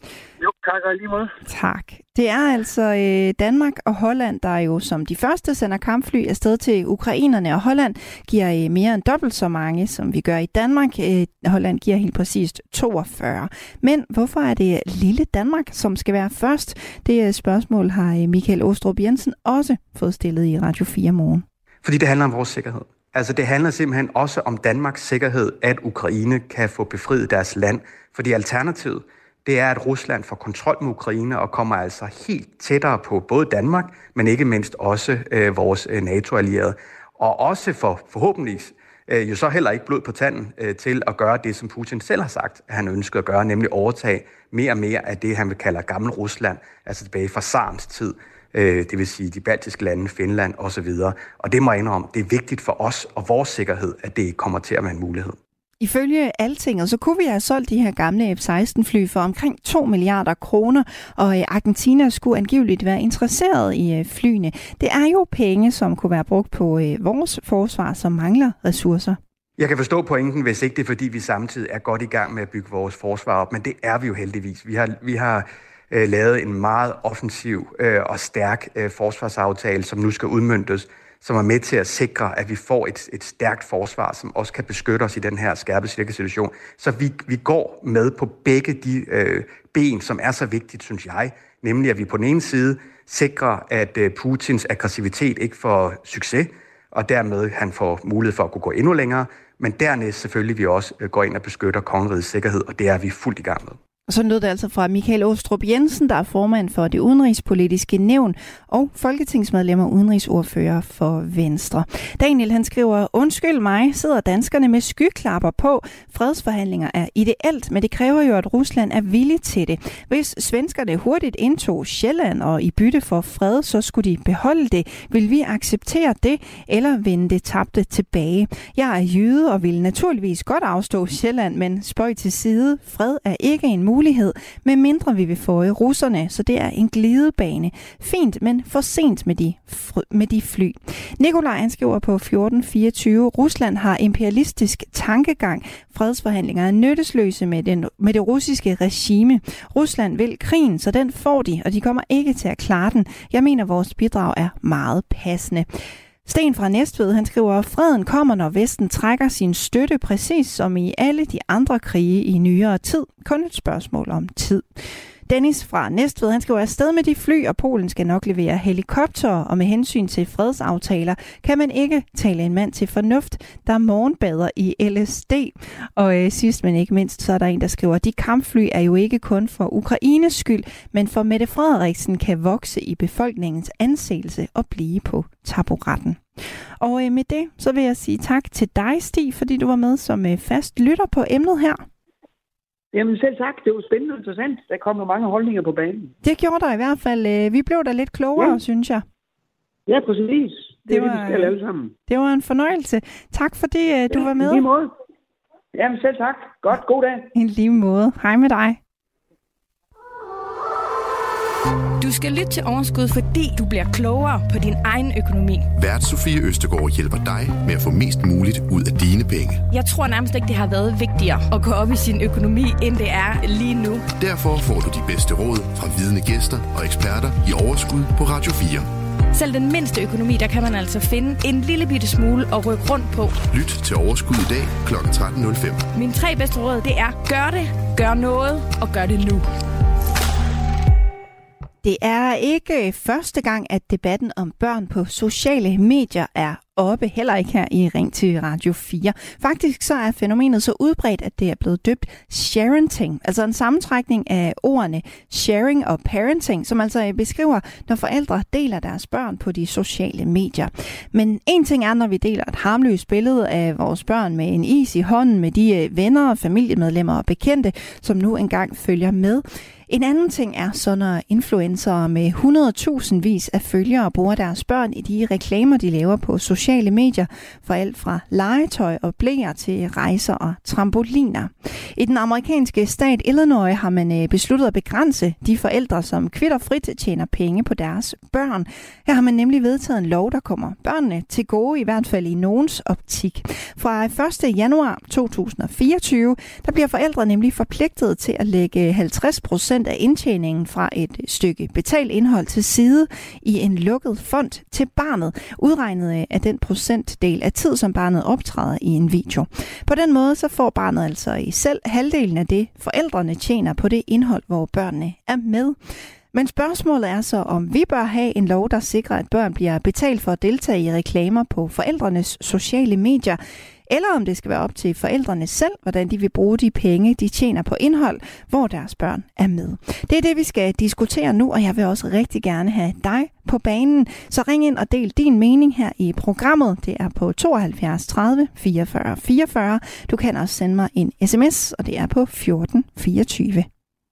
Jo, tak og lige måde. Tak. Det er altså Danmark og Holland, der jo som de første sender kampfly afsted til ukrainerne, og Holland giver mere end dobbelt så mange, som vi gør i Danmark. Holland giver helt præcist 42. Men hvorfor er det lille Danmark, som skal være først? Det spørgsmål har Michael Aastrup Jensen også fået stillet i Radio 4 Morgen. Fordi det handler om vores sikkerhed. Altså det handler simpelthen også om Danmarks sikkerhed, at Ukraine kan få befriet deres land. Fordi alternativet, det er, at Rusland får kontrol med Ukraine og kommer altså helt tættere på både Danmark, men ikke mindst også vores NATO-allierede. Og også forhåbentlig jo så heller ikke blod på tanden til at gøre det, som Putin selv har sagt, at han ønsker at gøre, nemlig overtage mere og mere af det, han vil kalde gammel Rusland, altså tilbage fra tsarens tid. Det vil sige de baltiske lande, Finland osv. Og det må jeg indrømme, det er vigtigt for os og vores sikkerhed, at det ikke kommer til at være en mulighed. Ifølge Altinget, så kunne vi have solgt de her gamle F-16-fly for omkring 2 milliarder kroner, og Argentina skulle angiveligt være interesseret i flyene. Det er jo penge, som kunne være brugt på vores forsvar, som mangler ressourcer. Jeg kan forstå pointen, hvis ikke det er, fordi vi samtidig er godt i gang med at bygge vores forsvar op, men det er vi jo heldigvis. Vi har lavet en meget offensiv og stærk forsvarsaftale, som nu skal udmøntes, som er med til at sikre, at vi får et stærkt forsvar, som også kan beskytte os i den her skærpede situation. Så vi går med på begge de ben, som er så vigtigt, synes jeg. Nemlig, at vi på den ene side sikrer, at Putins aggressivitet ikke får succes, og dermed han får mulighed for at kunne gå endnu længere. Men dernæst selvfølgelig, vi også går ind og beskytter kongerigets sikkerhed, og det er vi fuldt i gang med. Og så lød det altså fra Michael Aastrup Jensen, der er formand for det udenrigspolitiske nævn og folketingsmedlem og udenrigsordfører for Venstre. Daniel han skriver, undskyld mig, sidder danskerne med skyklapper på. Fredsforhandlinger er ideelt, men det kræver jo, at Rusland er villig til det. Hvis svenskerne hurtigt indtog Sjælland og i bytte for fred, så skulle de beholde det. Vil vi acceptere det, eller vende det tabte tilbage? Jeg er jyde og vil naturligvis godt afstå Sjælland, men spøj til side. Fred er ikke en mulighed, med mindre vi vil få russerne, så det er en glidebane. Fint, men for sent med de fly. Nikolaj han skriver på 1424, Rusland har imperialistisk tankegang. Fredsforhandlinger er nyttesløse med det russiske regime. Rusland vil krigen, så den får de, og de kommer ikke til at klare den. Jeg mener, vores bidrag er meget passende. Sten fra Næstved, han skriver, freden kommer, når Vesten trækker sin støtte, præcis som i alle de andre krige i nyere tid. Kun et spørgsmål om tid. Dennis fra Næstved, han skriver, afsted med de fly, og Polen skal nok levere helikoptere, og med hensyn til fredsaftaler kan man ikke tale en mand til fornuft, der morgenbader i LSD. Og sidst men ikke mindst, så er der en, der skriver, de kampfly er jo ikke kun for Ukraines skyld, men for Mette Frederiksen kan vokse i befolkningens anseelse og blive på taburetten. Og med det, så vil jeg sige tak til dig, Stig, fordi du var med som fast lytter på emnet her. Jamen selv tak, det var spændende og interessant. Der kom jo mange holdninger på banen. Det gjorde der i hvert fald. Vi blev da lidt klogere, synes jeg. Ja, præcis. Det var det, vi skal alle sammen. Det var en fornøjelse. Tak fordi du var med. I lige måde. Jamen selv tak. Godt, god dag. I lige måde. Hej med dig. Du skal lytte til Overskud, fordi du bliver klogere på din egen økonomi. Vært Sofie Østergaard hjælper dig med at få mest muligt ud af dine penge. Jeg tror nærmest ikke, det har været vigtigere at gå op i sin økonomi, end det er lige nu. Derfor får du de bedste råd fra vidne gæster og eksperter i Overskud på Radio 4. Selv den mindste økonomi, der kan man altså finde en lille bitte smule at rykke rundt på. Lyt til Overskud i dag kl. 13.05. Mine 3 bedste råd, det er gør det, gør noget og gør det nu. Det er ikke første gang, at debatten om børn på sociale medier er oppe, heller ikke her i Ring til Radio 4. Faktisk så er fænomenet så udbredt, at det er blevet døbt sharenting, altså en sammentrækning af ordene sharing og parenting, som altså beskriver, når forældre deler deres børn på de sociale medier. Men en ting er, når vi deler et harmløst billede af vores børn med en is i hånden med de venner, familiemedlemmer og bekendte, som nu engang følger med. En anden ting er så, når influencere med 100.000 af følgere bruger deres børn i de reklamer, de laver på sociale medier, for alt fra legetøj og bleer til rejser og trampoliner. I den amerikanske stat Illinois har man besluttet at begrænse de forældre, som kvitterfrit tjener penge på deres børn. Her har man nemlig vedtaget en lov, der kommer børnene til gode, i hvert fald i nogens optik. Fra 1. januar 2024, der bliver forældre nemlig forpligtet til at lægge 50% 10% af indtjeningen fra et stykke betalt indhold til side i en lukket fond til barnet, udregnet af den procentdel af tid, som barnet optræder i en video. På den måde så får barnet altså i selv halvdelen af det, forældrene tjener på det indhold, hvor børnene er med. Men spørgsmålet er så, om vi bør have en lov, der sikrer, at børn bliver betalt for at deltage i reklamer på forældrenes sociale medier, eller om det skal være op til forældrene selv, hvordan de vil bruge de penge, de tjener på indhold, hvor deres børn er med. Det er det, vi skal diskutere nu, og jeg vil også rigtig gerne have dig på banen. Så ring ind og del din mening her i programmet. Det er på 72 30 44 44. Du kan også sende mig en sms, og det er på 14 24.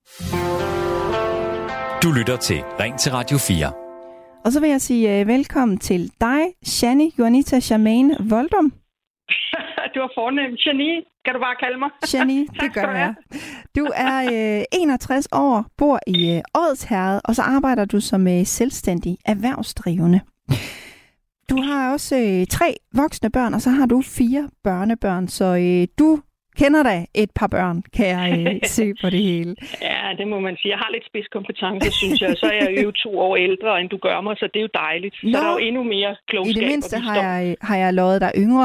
Du lytter til Ring til Radio 4. Og så vil jeg sige velkommen til dig, Shani Juanita Charmaine Voldum. Du var fornemt. Shani, kan du bare kalde mig? Shani, det gør jeg. Du er 61 år, bor i Odsherred, og så arbejder du som selvstændig erhvervsdrivende. Du har også 3 voksne børn, og så har du 4 børnebørn, så du kender da et par børn, kan jeg se på det hele. Ja, det må man sige. Jeg har lidt spidskompetence, synes jeg. Så er jeg jo 2 år ældre, end du gør mig, så det er jo dejligt. Så der er jo endnu mere klogskab. I det mindste har jeg lovet dig yngre.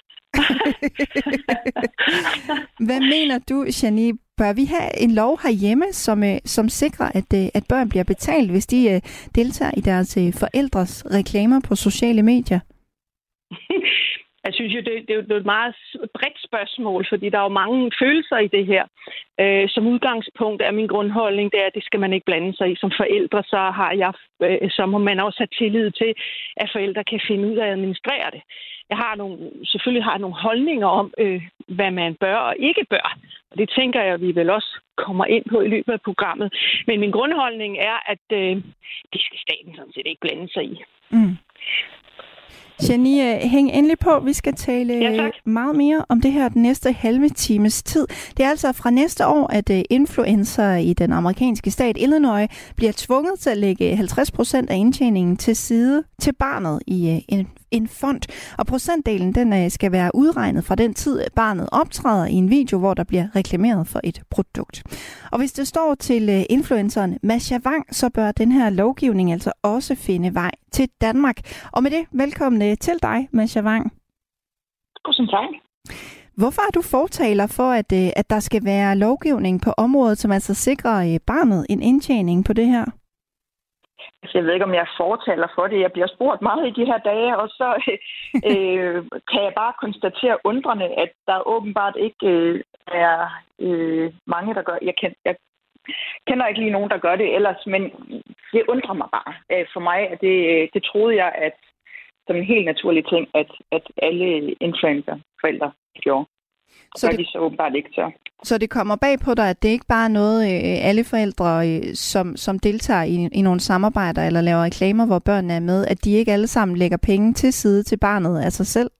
Hvad mener du, Shani? Bør vi have en lov herhjemme, som sikrer, at børn bliver betalt, hvis de deltager i deres forældres reklamer på sociale medier? Jeg synes jo, det er jo et meget bredt spørgsmål, fordi der er jo mange følelser i det her. Som udgangspunkt er min grundholdning, det er, at det skal man ikke blande sig i. Som forældre, så må man også have tillid til, at forældre kan finde ud af at administrere det. Selvfølgelig har jeg nogle holdninger om, hvad man bør og ikke bør. Og det tænker jeg, at vi vel også kommer ind på i løbet af programmet. Men min grundholdning er, at det skal staten sådan set ikke blande sig i. Mm. Shani, hæng endelig på. Vi skal tale meget mere om det her den næste halve times tid. Det er altså fra næste år, at influencer i den amerikanske stat Illinois bliver tvunget til at lægge 50% af indtjeningen til side til barnet i en fond. Og procentdelen den skal være udregnet fra den tid, barnet optræder i en video, hvor der bliver reklameret for et produkt. Og hvis det står til influenceren Masha Wang, så bør den her lovgivning altså også finde vej til Danmark. Og med det, velkommen til dig, Masha Wang. Tusind tak. Hvorfor er du fortaler for, at der skal være lovgivning på området, som altså sikrer barnet en indtjening på det her? Jeg ved ikke, om jeg fortaler for det. Jeg bliver spurgt meget i de her dage, og så kan jeg bare konstatere undrende, at der åbenbart ikke er mange, der gør. Jeg kender ikke lige nogen, der gør det ellers, men det undrer mig bare. For mig er det troede jeg, at som en helt naturlig ting, at alle influencer-forældre gjorde. Så det, de så åbenbart ikke så. Så det kommer bag på dig, at det ikke bare er noget, alle forældre, som deltager i nogle samarbejder eller laver reklamer, hvor børnene er med, at de ikke alle sammen lægger penge til side til barnet af sig selv?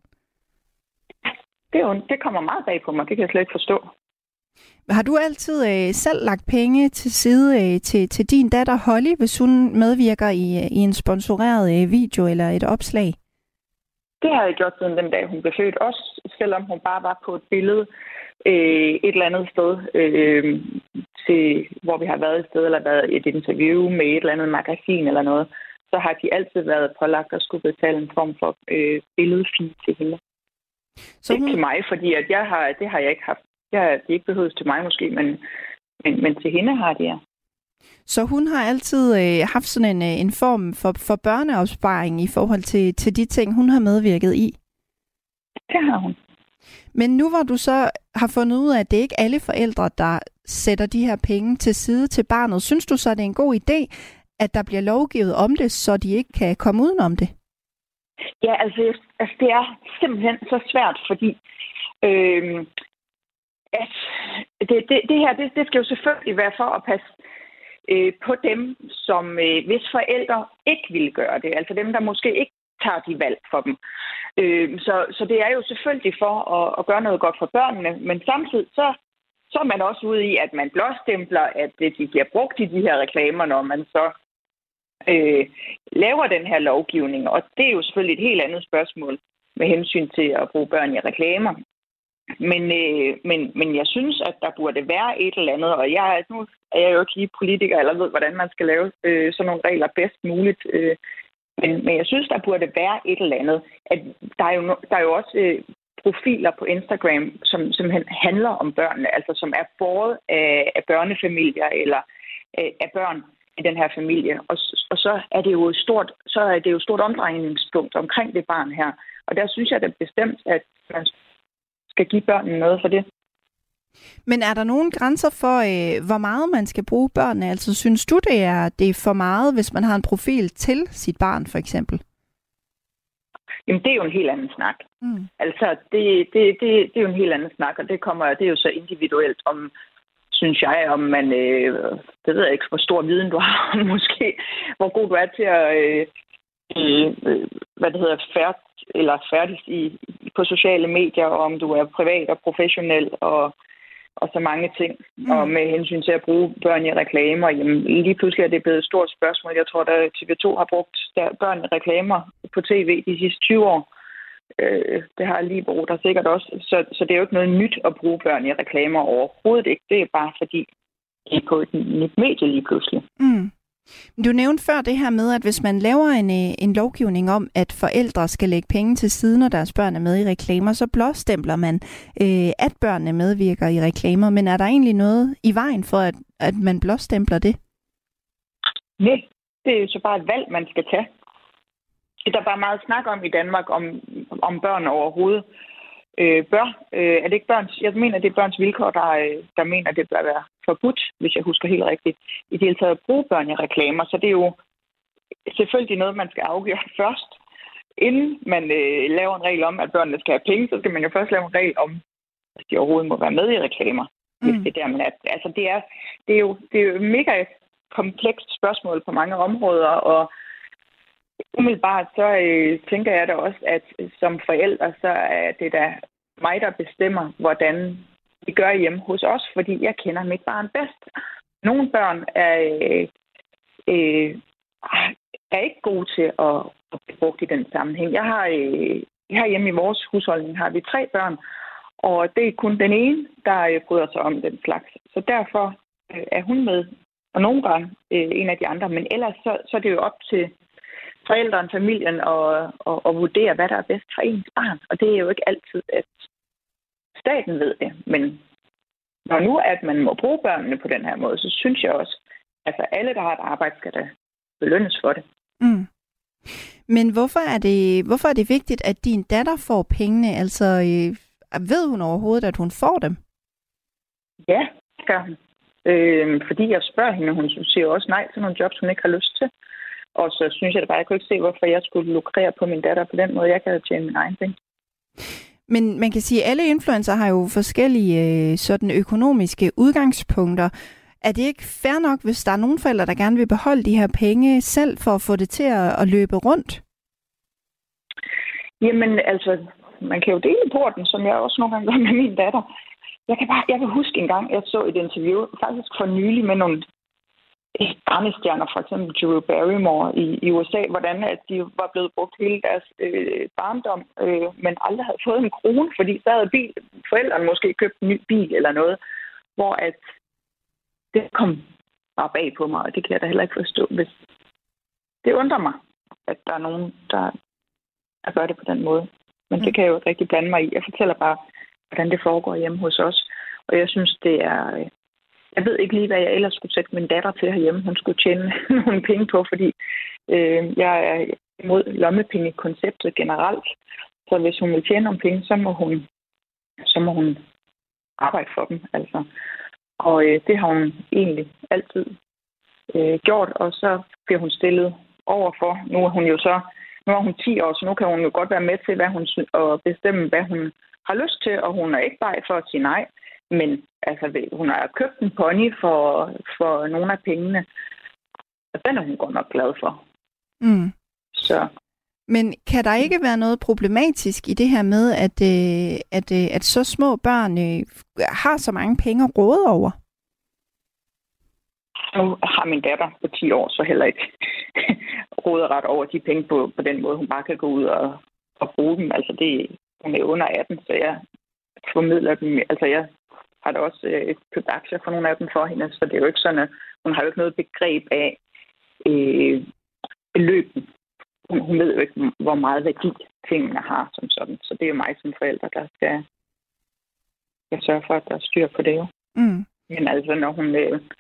Det kommer meget bag på mig, det kan jeg slet ikke forstå. Har du altid selv lagt penge til side til din datter Holly, hvis hun medvirker i en sponsoreret video eller et opslag? Det har jeg gjort siden den dag, hun blev født. Også selvom hun bare var på et billede et eller andet sted, hvor vi har været et sted, eller været et interview med et eller andet magasin eller noget, så har de altid været pålagt at skulle betale en form for billedfee til hende. Så ikke til mig, fordi at det har jeg ikke haft. De er ikke behøvet til mig måske, men til hende har de, ja. Så hun har altid haft sådan en form for børneopsparing i forhold til de ting, hun har medvirket i? Det har hun. Men nu hvor du så har fundet ud af, at det ikke er alle forældre, der sætter de her penge til side til barnet, synes du så, det er en god idé, at der bliver lovgivet om det, så de ikke kan komme udenom det? Ja, altså det er simpelthen så svært, fordi at det her, det skal jo selvfølgelig være for at passe på dem, som hvis forældre ikke vil gøre det. Altså dem, der måske ikke tager de valg for dem. Så det er jo selvfølgelig for at gøre noget godt for børnene, men samtidig så er man også ude i, at man blåstempler, at de bliver brugt i de her reklamer, når man så laver den her lovgivning. Og det er jo selvfølgelig et helt andet spørgsmål med hensyn til at bruge børn i reklamer. Men jeg synes, at der burde være et eller andet, og nu er jeg jo ikke lige politiker, eller ved, hvordan man skal lave sådan nogle regler bedst muligt. Men jeg synes, der burde være et eller andet. At der er jo også profiler på Instagram, som simpelthen handler om børnene, altså som er båret af børnefamilier eller af børn i den her familie. Og så er det jo et stort omdrejningspunkt omkring det barn her. Og der synes jeg da bestemt, at man skal give børnene noget for det. Men er der nogen grænser for, hvor meget man skal bruge børnene? Altså, synes du, det er for meget, hvis man har en profil til sit barn, for eksempel? Jamen, det er jo en helt anden snak. Altså, det er jo en helt anden snak, og det er jo så individuelt, synes jeg, om man, det ved jeg ikke, hvor stor viden du har, måske, hvor god du er til at, færdig på sociale medier, og om du er privat og professionel, og så mange ting. Og med hensyn til at bruge børn i reklamer, jamen lige pludselig er det blevet et stort spørgsmål. Jeg tror, at TV2 har brugt børn i reklamer på tv de sidste 20 år. Det har Libero der sikkert også. Så det er jo ikke noget nyt at bruge børn i reklamer overhovedet ikke. Det er bare fordi, de er på et nyt medie lige pludselig. Du nævnte før det her med, at hvis man laver en lovgivning om, at forældre skal lægge penge til side, når deres børn er med i reklamer, så blåstempler man, at børnene medvirker i reklamer. Men er der egentlig noget i vejen for, at man blåstempler det? Nej, det er jo så bare et valg, man skal tage. Der er bare meget snak om i Danmark, om børn overhovedet er det ikke børns? Jeg mener, det er børns vilkår, der mener, det bør være forbudt, hvis jeg husker helt rigtigt, i det hele taget at bruge børn i reklamer. Så det er jo selvfølgelig noget, man skal afgøre først. Inden man laver en regel om, at børnene skal have penge, så skal man jo først lave en regel om, at de overhovedet må være med i reklamer. Hvis det er der, man er. Altså, det er jo et mega komplekst spørgsmål på mange områder, og umiddelbart så tænker jeg da også, at som forældre, så er det da mig, der bestemmer, hvordan vi gør hjemme hos os, fordi jeg kender mit barn bedst. Nogle børn er ikke gode til at blive brugt i den sammenhæng. Jeg har hjemme i vores husholdning har vi 3 børn, og det er kun den ene, der bryder sig om den slags. Så derfor er hun med, og nogle gange en af de andre, men ellers så er det jo op til forældrene, familien og vurdere, hvad der er bedst for ens barn. Og det er jo ikke altid, at staten ved det. Men når nu, at man må bruge børnene på den her måde, så synes jeg også, at altså alle, der har et arbejde, skal da belønnes for det. Men hvorfor er det vigtigt, at din datter får pengene? Altså, ved hun overhovedet, at hun får dem? Ja, det gør hun. Fordi jeg spørger hende, hun siger også nej til nogle jobs, hun ikke har lyst til. Og så synes jeg da bare, jeg kunne ikke se, hvorfor jeg skulle lukrere på min datter på den måde. Jeg kan tjene min egen ting. Men man kan sige, at alle influencer har jo forskellige sådan økonomiske udgangspunkter. Er det ikke fair nok, hvis der er nogle forældre, der gerne vil beholde de her penge selv for at få det til at løbe rundt? Jamen altså, man kan jo dele porten, som jeg også nogle gange gør med min datter. Jeg kan huske en gang, jeg så et interview, faktisk for nylig med nogle barnestjerner, for eksempel Drew Barrymore i USA, hvordan at de var blevet brugt hele deres barndom, men aldrig havde fået en krone, fordi så havde forældrene måske købt en ny bil eller noget, hvor at det kom bare bag på mig, og det kan jeg da heller ikke forstå. Det undrer mig, at der er nogen, der gør det på den måde. Men det kan jeg jo ikke rigtig blande mig i. Jeg fortæller bare, hvordan det foregår hjemme hos os. Og jeg synes, det er... Jeg ved ikke lige, hvad jeg ellers skulle sætte min datter til herhjemme. Hun skulle tjene nogle penge på, fordi jeg er imod lommepengekonceptet generelt. Så hvis hun vil tjene nogle penge, så må hun arbejde for dem. Altså. Og det har hun egentlig altid gjort, og så bliver hun stillet overfor. Nu er hun 10 år, så nu kan hun jo godt være med til, og bestemme, hvad hun har lyst til, og hun er ikke bare for at sige nej. Men altså, hun har købt en pony for nogle af pengene, og den er hun godt nok glad for. Så. Men kan der ikke være noget problematisk i det her med, at så små børn har så mange penge at råde over? Nu har min datter på 10 år så heller ikke råderet over de penge på den måde, hun bare kan gå ud og bruge dem. Altså hun er under 18, så jeg formidler dem. Altså, jeg har da også købt aktier for nogle af dem for hende, så det er jo ikke sådan, at hun har jo ikke noget begreb af beløben. Hun ved jo ikke, hvor meget værdi tingene har som sådan. Så det er jo mig som forælder, der skal sørge for, at der er styr på det jo. Mm. Men altså, når hun...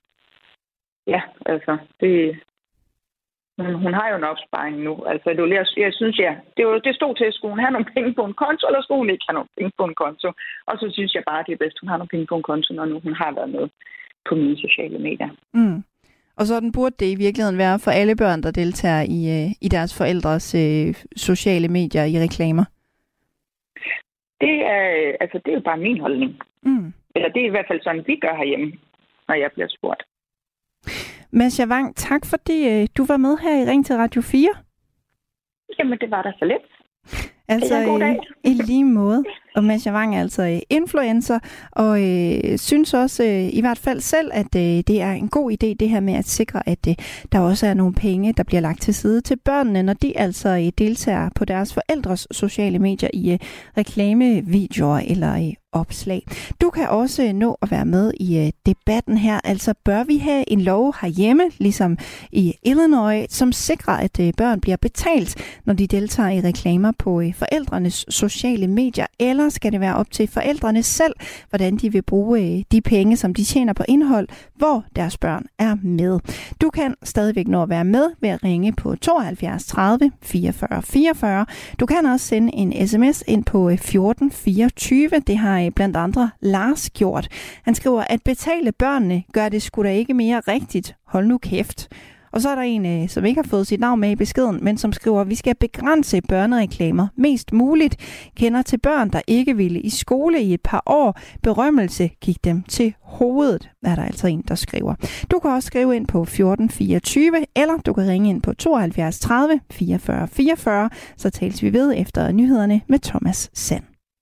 hun har jo en opsparing nu. Altså, jeg synes, det stod til, at skulle hun have nogle penge på en konto, eller skulle hun ikke have nogle penge på en konto. Og så synes jeg bare, at det er bedst, at hun har nogle penge på en konto, når nu hun har været med på mine sociale medier. Mm. Og sådan burde det i virkeligheden være for alle børn, der deltager i deres forældres sociale medier i reklamer? Det er jo bare min holdning. Mm. Eller det er i hvert fald sådan, vi gør herhjemme, når jeg bliver spurgt. Masha Wang, tak fordi du var med her i Ring til Radio 4. Jamen, det var da så lidt. Altså, i lige måde. Og Masha Wang er altså influencer, og synes også i hvert fald selv, at det er en god idé, det her med at sikre, at der også er nogle penge, der bliver lagt til side til børnene, når de altså deltager på deres forældres sociale medier i reklamevideoer eller i opslag. Du kan også nå at være med i debatten her. Altså, bør vi have en lov herhjemme, ligesom i Illinois, som sikrer, at børn bliver betalt, når de deltager i reklamer på forældrenes sociale medier, eller skal det være op til forældrene selv, hvordan de vil bruge de penge, som de tjener på indhold, hvor deres børn er med. Du kan stadigvæk nå at være med ved at ringe på 72 30 44 44. Du kan også sende en sms ind på 1424. Det har blandt andre Lars gjort. Han skriver, at betale børnene gør det sgu da ikke mere rigtigt. Hold nu kæft. Og så er der en, som ikke har fået sit navn med i beskeden, men som skriver, at vi skal begrænse børnereklamer mest muligt. Kender til børn, der ikke ville i skole i et par år. Berømmelse gik dem til hovedet, er der altså en, der skriver. Du kan også skrive ind på 1424, eller du kan ringe ind på 72 30 44 44, så tales vi ved efter nyhederne med Thomas Sand.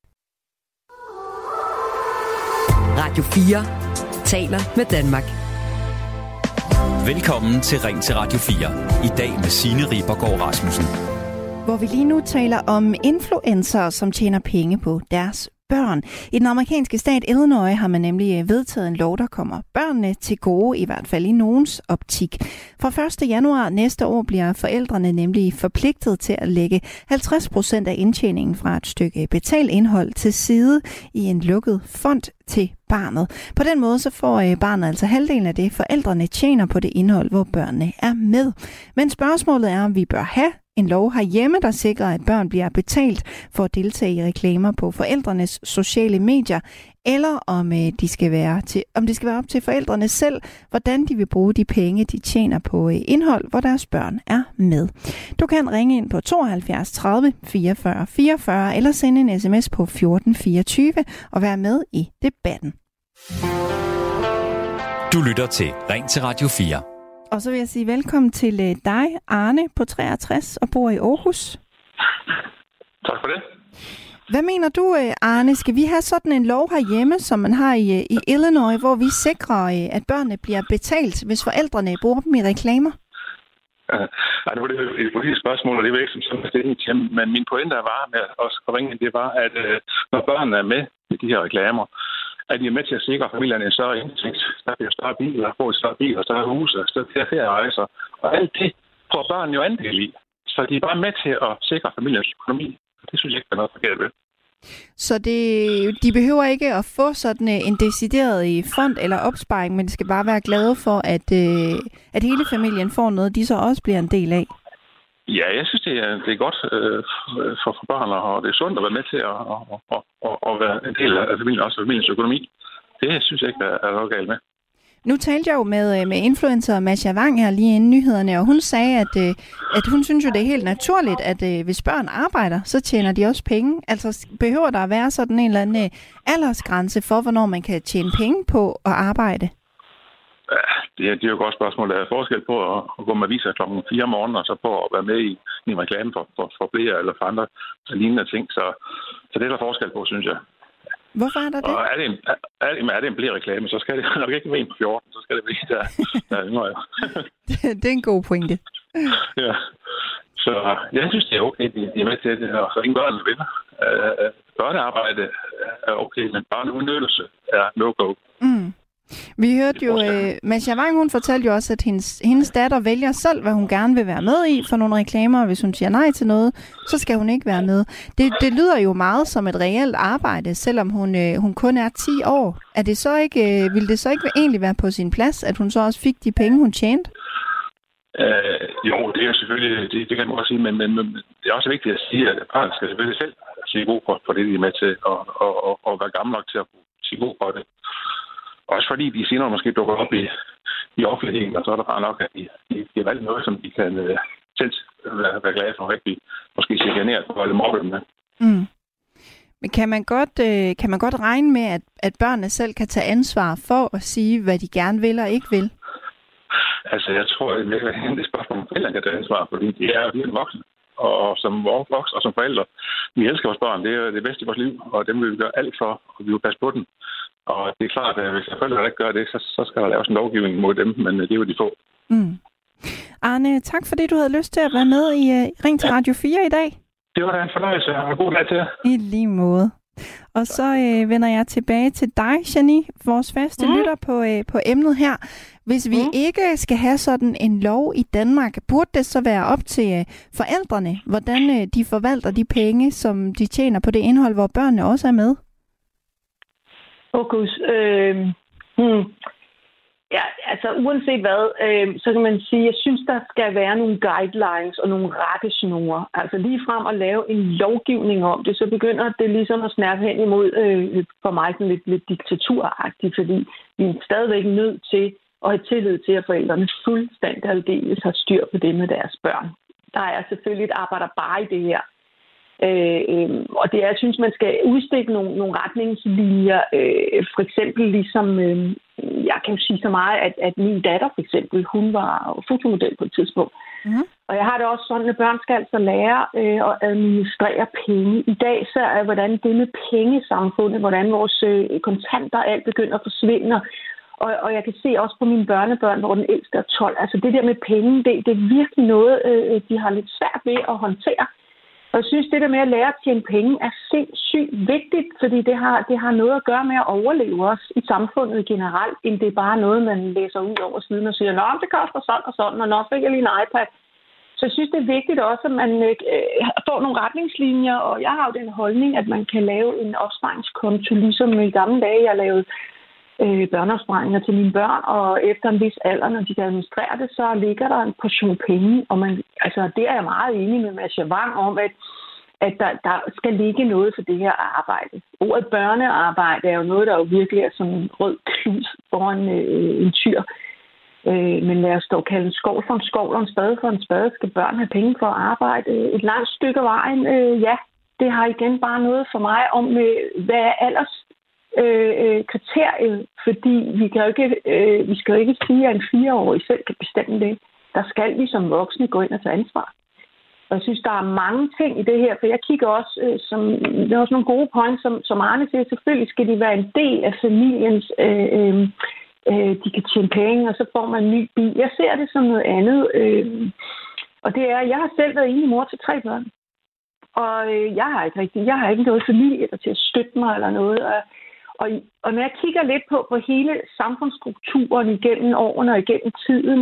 Radio 4 taler med Danmark. Velkommen til Ring til Radio 4. I dag med Signe Ribergaard Rasmussen. Hvor vi lige nu taler om influencer, som tjener penge på deres børn. I den amerikanske stat Illinois har man nemlig vedtaget en lov, der kommer børnene til gode, i hvert fald i nogens optik. Fra 1. januar næste år bliver forældrene nemlig forpligtet til at lægge 50% af indtjeningen fra et stykke betalt indhold til side i en lukket fond til barnet. På den måde så får barnet altså halvdelen af det, forældrene tjener på det indhold, hvor børnene er med. Men spørgsmålet er, om vi bør have en lov herhjemme, der sikrer, at børn bliver betalt for at deltage i reklamer på forældrenes sociale medier, eller om det skal være op til forældrene selv, hvordan de vil bruge de penge, de tjener på indhold, hvor deres børn er med. Du kan ringe ind på 72 30 44 44 eller sende en sms på 1424 og være med i debatten. Du lytter til Ring til Radio 4. Og så vil jeg sige velkommen til dig, Arne, på 63 og bor i Aarhus. Tak for det. Hvad mener du, Arne? Skal vi have sådan en lov herhjemme, som man har i Illinois, hvor vi sikrer, at børnene bliver betalt, hvis forældrene bruger dem i reklamer? Nej, det var et politisk spørgsmål, og det var ikke som sådan stilling til. Men min pointe var med at ringe ind, det var, at når børnene er med i de her reklamer, at de er med til at sikre familierne en større indtægt. Der bliver større biler, får et større bil og større huse, større ferierejser. Og alt det får børn jo andel i. Så de er bare med til at sikre familiens økonomi. Det synes jeg ikke er noget forkert ved. Så de behøver ikke at få sådan en decideret fond eller opsparing, men de skal bare være glade for, at hele familien får noget, de så også bliver en del af. Ja, jeg synes, det er godt for børn, og det er sundt at være med til at være en del af familien, også familiens økonomi. Det synes jeg ikke, der er noget galt med. Nu talte jeg jo med influencer Masha Wang her lige inden nyhederne, og hun sagde, at hun synes jo, det er helt naturligt, at hvis børn arbejder, så tjener de også penge. Altså behøver der at være sådan en eller anden aldersgrænse for, hvornår man kan tjene penge på at arbejde? Ja, det er jo et godt spørgsmål. Der er forskel på at gå med aviser klokken 4 om morgenen, og så på at være med i en reklame for flere eller for andre lignende ting. Så det er der forskel på, synes jeg. Hvorfor er der det? Og er det en blæreklame, så skal det nok ikke være en på 14, så skal det blive der er yngre. Det er en god pointe. Ja. Så jeg synes, det er okay, de er med til det, og så ingen børn vil. børnearbejde er okay, men børneudnyttelse er no-go. Mm. Vi hørte jo, Masha Wang, hun fortalte jo også, at hendes datter vælger selv, hvad hun gerne vil være med i for nogle reklamer. Hvis hun siger nej til noget, så skal hun ikke være med. Det lyder jo meget som et reelt arbejde, selvom hun kun er 10 år. Er det så ikke, ville det så ikke egentlig være på sin plads, at hun så også fik de penge, hun tjente? Jo, det er jo selvfølgelig, det kan man også sige, men det er også vigtigt at sige, at børn skal selvfølgelig selv sige god for det, de er med til, og være gammel nok til at sige god for det. Også fordi de senere måske dukker op i offentligheden, og så er der bare nok, at de har valgt noget, som de kan selv være glade for, rigtig måske chikaneret på eller mobbe med. Mm. Men kan man godt regne med, at børnene selv kan tage ansvar for at sige, hvad de gerne vil og ikke vil? Altså, jeg tror, at det er et spørgsmål, om forældrene kan tage ansvar, fordi de er voksne. Og som voksne og som forældre, vi elsker vores børn, det er det bedste i vores liv, og dem vil vi gøre alt for, og vi vil passe på dem. Og det er klart, at hvis forældre ikke gør det, så skal der laves en lovgivning mod dem, men det er jo de få. Mm. Arne, tak fordi du havde lyst til at være med i Ring til Radio 4 i dag. Det var da en fornøjelse, og god dag til jer. I lige måde. Og så vender jeg tilbage til dig, Janie, vores faste lytter på emnet her. Hvis vi ikke skal have sådan en lov i Danmark, burde det så være op til forældrene, hvordan de forvalter de penge, som de tjener på det indhold, hvor børnene også er med? Ja, altså uanset hvad, så kan man sige, at jeg synes, der skal være nogle guidelines og nogle rettesnore. Altså lige frem at lave en lovgivning om det, så begynder det ligesom at snærpe hen imod for mig sådan lidt diktaturagtigt, fordi vi er stadigvæk nødt til at have tillid til, at forældrene fuldstændig aldeles har styr på det med deres børn. Der er selvfølgelig et arbejder bare i det her. Og det er, jeg synes, man skal udstikke nogle retningslinjer. For eksempel ligesom, jeg kan jo sige så meget, at min datter for eksempel, hun var fotomodel på et tidspunkt. Mm-hmm. Og jeg har det også sådan, at børn skal altså lære at administrere penge. I dag så er, hvordan det med pengesamfundet, hvordan vores kontanter alt begynder at forsvinde. Og jeg kan se også på mine børnebørn, hvor den ældste er 12. Altså det der med penge, det er virkelig noget, de har lidt svært ved at håndtere. Og jeg synes, det der med at lære at tjene penge er sindssygt vigtigt, fordi det har noget at gøre med at overleve os i samfundet generelt, end det er bare noget, man læser ud over siden og siger, nå, det koster sådan og sådan, og nå, fik jeg lige en iPad. Så jeg synes, det er vigtigt også, at man får nogle retningslinjer, og jeg har jo den holdning, at man kan lave en opsparingskonto, ligesom i gamle dage, jeg lavede børneopsparinger til mine børn, og efter en vis alder, når de kan administrere det, så ligger der en portion penge, og det er jeg meget enig med Masha Wang om, at der skal ligge noget for det her arbejde. Ordet børnearbejde er jo noget, der jo virkelig er som en rød klud foran en tyr. Men lad os dog kalde en skål for en skål og en spade for en spade. Skal børn have penge for at arbejde et langt stykke af vejen? Ja, det har igen bare noget for mig om, hvad er alders kriteriet, fordi vi skal jo ikke sige, at en 4-årig selv kan bestemme det. Der skal vi som voksne gå ind og tage ansvar. Og jeg synes, der er mange ting i det her, for jeg kigger også, der er også nogle gode points, som Arne siger, selvfølgelig skal de være en del af familiens, de kan tjene penge, og så får man en ny bil. Jeg ser det som noget andet, og det er, jeg har selv været enlig mor til 3 børn, og jeg har ikke noget familie, der til at støtte mig eller noget, og når jeg kigger lidt på hele samfundsstrukturen igennem årene og igennem tiden,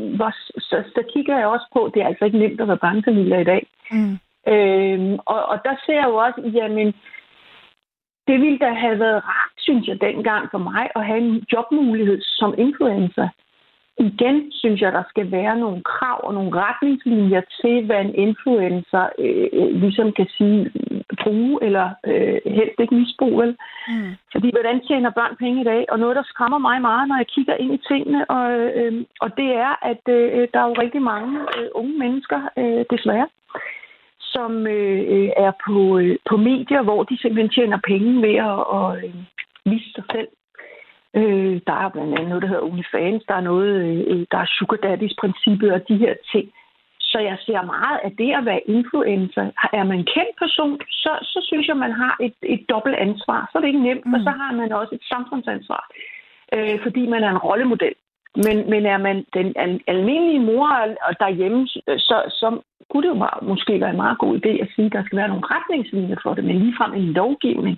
så kigger jeg også på, at det er altså ikke nemt at være børnefamilier i dag. Mm. Og der ser jeg jo også, jamen, det ville da have været rart, synes jeg, dengang for mig, at have en jobmulighed som influencer. Igen synes jeg, der skal være nogle krav og nogle retningslinjer til, hvad en influencer ligesom kan sige, bruge eller helst ikke misbruge. Vel? Mm. Fordi hvordan tjener børn penge i dag? Og noget, der skræmmer mig meget, når jeg kigger ind i tingene, og det er, at der er jo rigtig mange unge mennesker, desværre, som er på medier, hvor de simpelthen tjener penge ved at vise sig selv. Der er blandt andet noget, der hedder OnlyFans, der er noget, der er Sugar Daddies-princippet og de her ting. Så jeg ser meget af det at være influencer. Er man en kendt person, så synes jeg, man har et dobbelt ansvar. Så er det ikke nemt, og så har man også et samfundsansvar, fordi man er en rollemodel. Men er man den almindelige mor og derhjemme, så kunne det jo måske være en meget god idé at sige, at der skal være nogle retningslinjer for det, men ligefrem en lovgivning.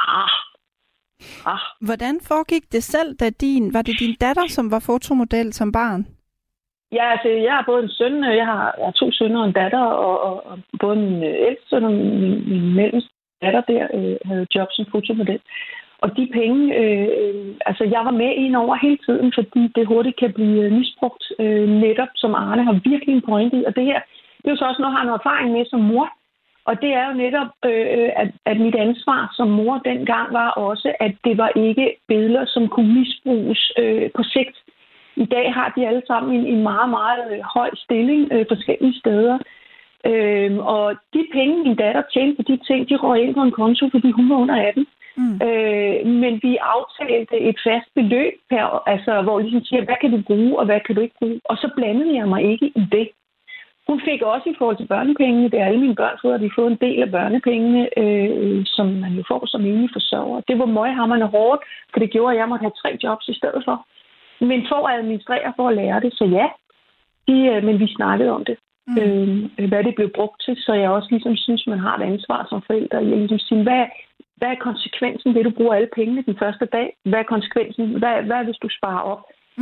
Hvordan foregik det selv, var det din datter, som var fotomodel som barn? Ja, altså jeg har både en søn, jeg har 2 sønner og en datter, og både min ældste søn og min mellemste datter der havde job som fotomodel. Og de penge, altså jeg var med ind over hele tiden, fordi det hurtigt kan blive misbrugt, netop som Arne har virkelig en pointe i. Og det her, det er jo så også noget, jeg har noget erfaring med som mor. Og det er jo netop, at mit ansvar som mor dengang var også, at det var ikke billeder, som kunne misbruges på sigt. I dag har de alle sammen en meget, meget høj stilling forskellige steder. Og de penge, min datter tjente på de ting, de røg ind på en konto, fordi hun var under 18. Men vi aftalte et fast beløb, hvor ligesom siger, hvad kan du bruge, og hvad kan du ikke bruge? Og så blandede jeg mig ikke i det. Hun fik også i forhold til børnepengene, det er alle mine børn fået, at de fået en del af børnepengene, som man jo får som enlig forsørger. Det var møghamrende hårdt, for det gjorde, at jeg måtte have 3 jobs i stedet for. Men for at administrere, for at lære det, så ja. Men vi snakkede om det. Hvad det blev brugt til, så jeg også ligesom synes, man har et ansvar som forældre. Jeg ligesom siger, hvad er konsekvensen ved, at du bruger alle pengene den første dag? Hvad er konsekvensen? Hvad hvis du sparer op?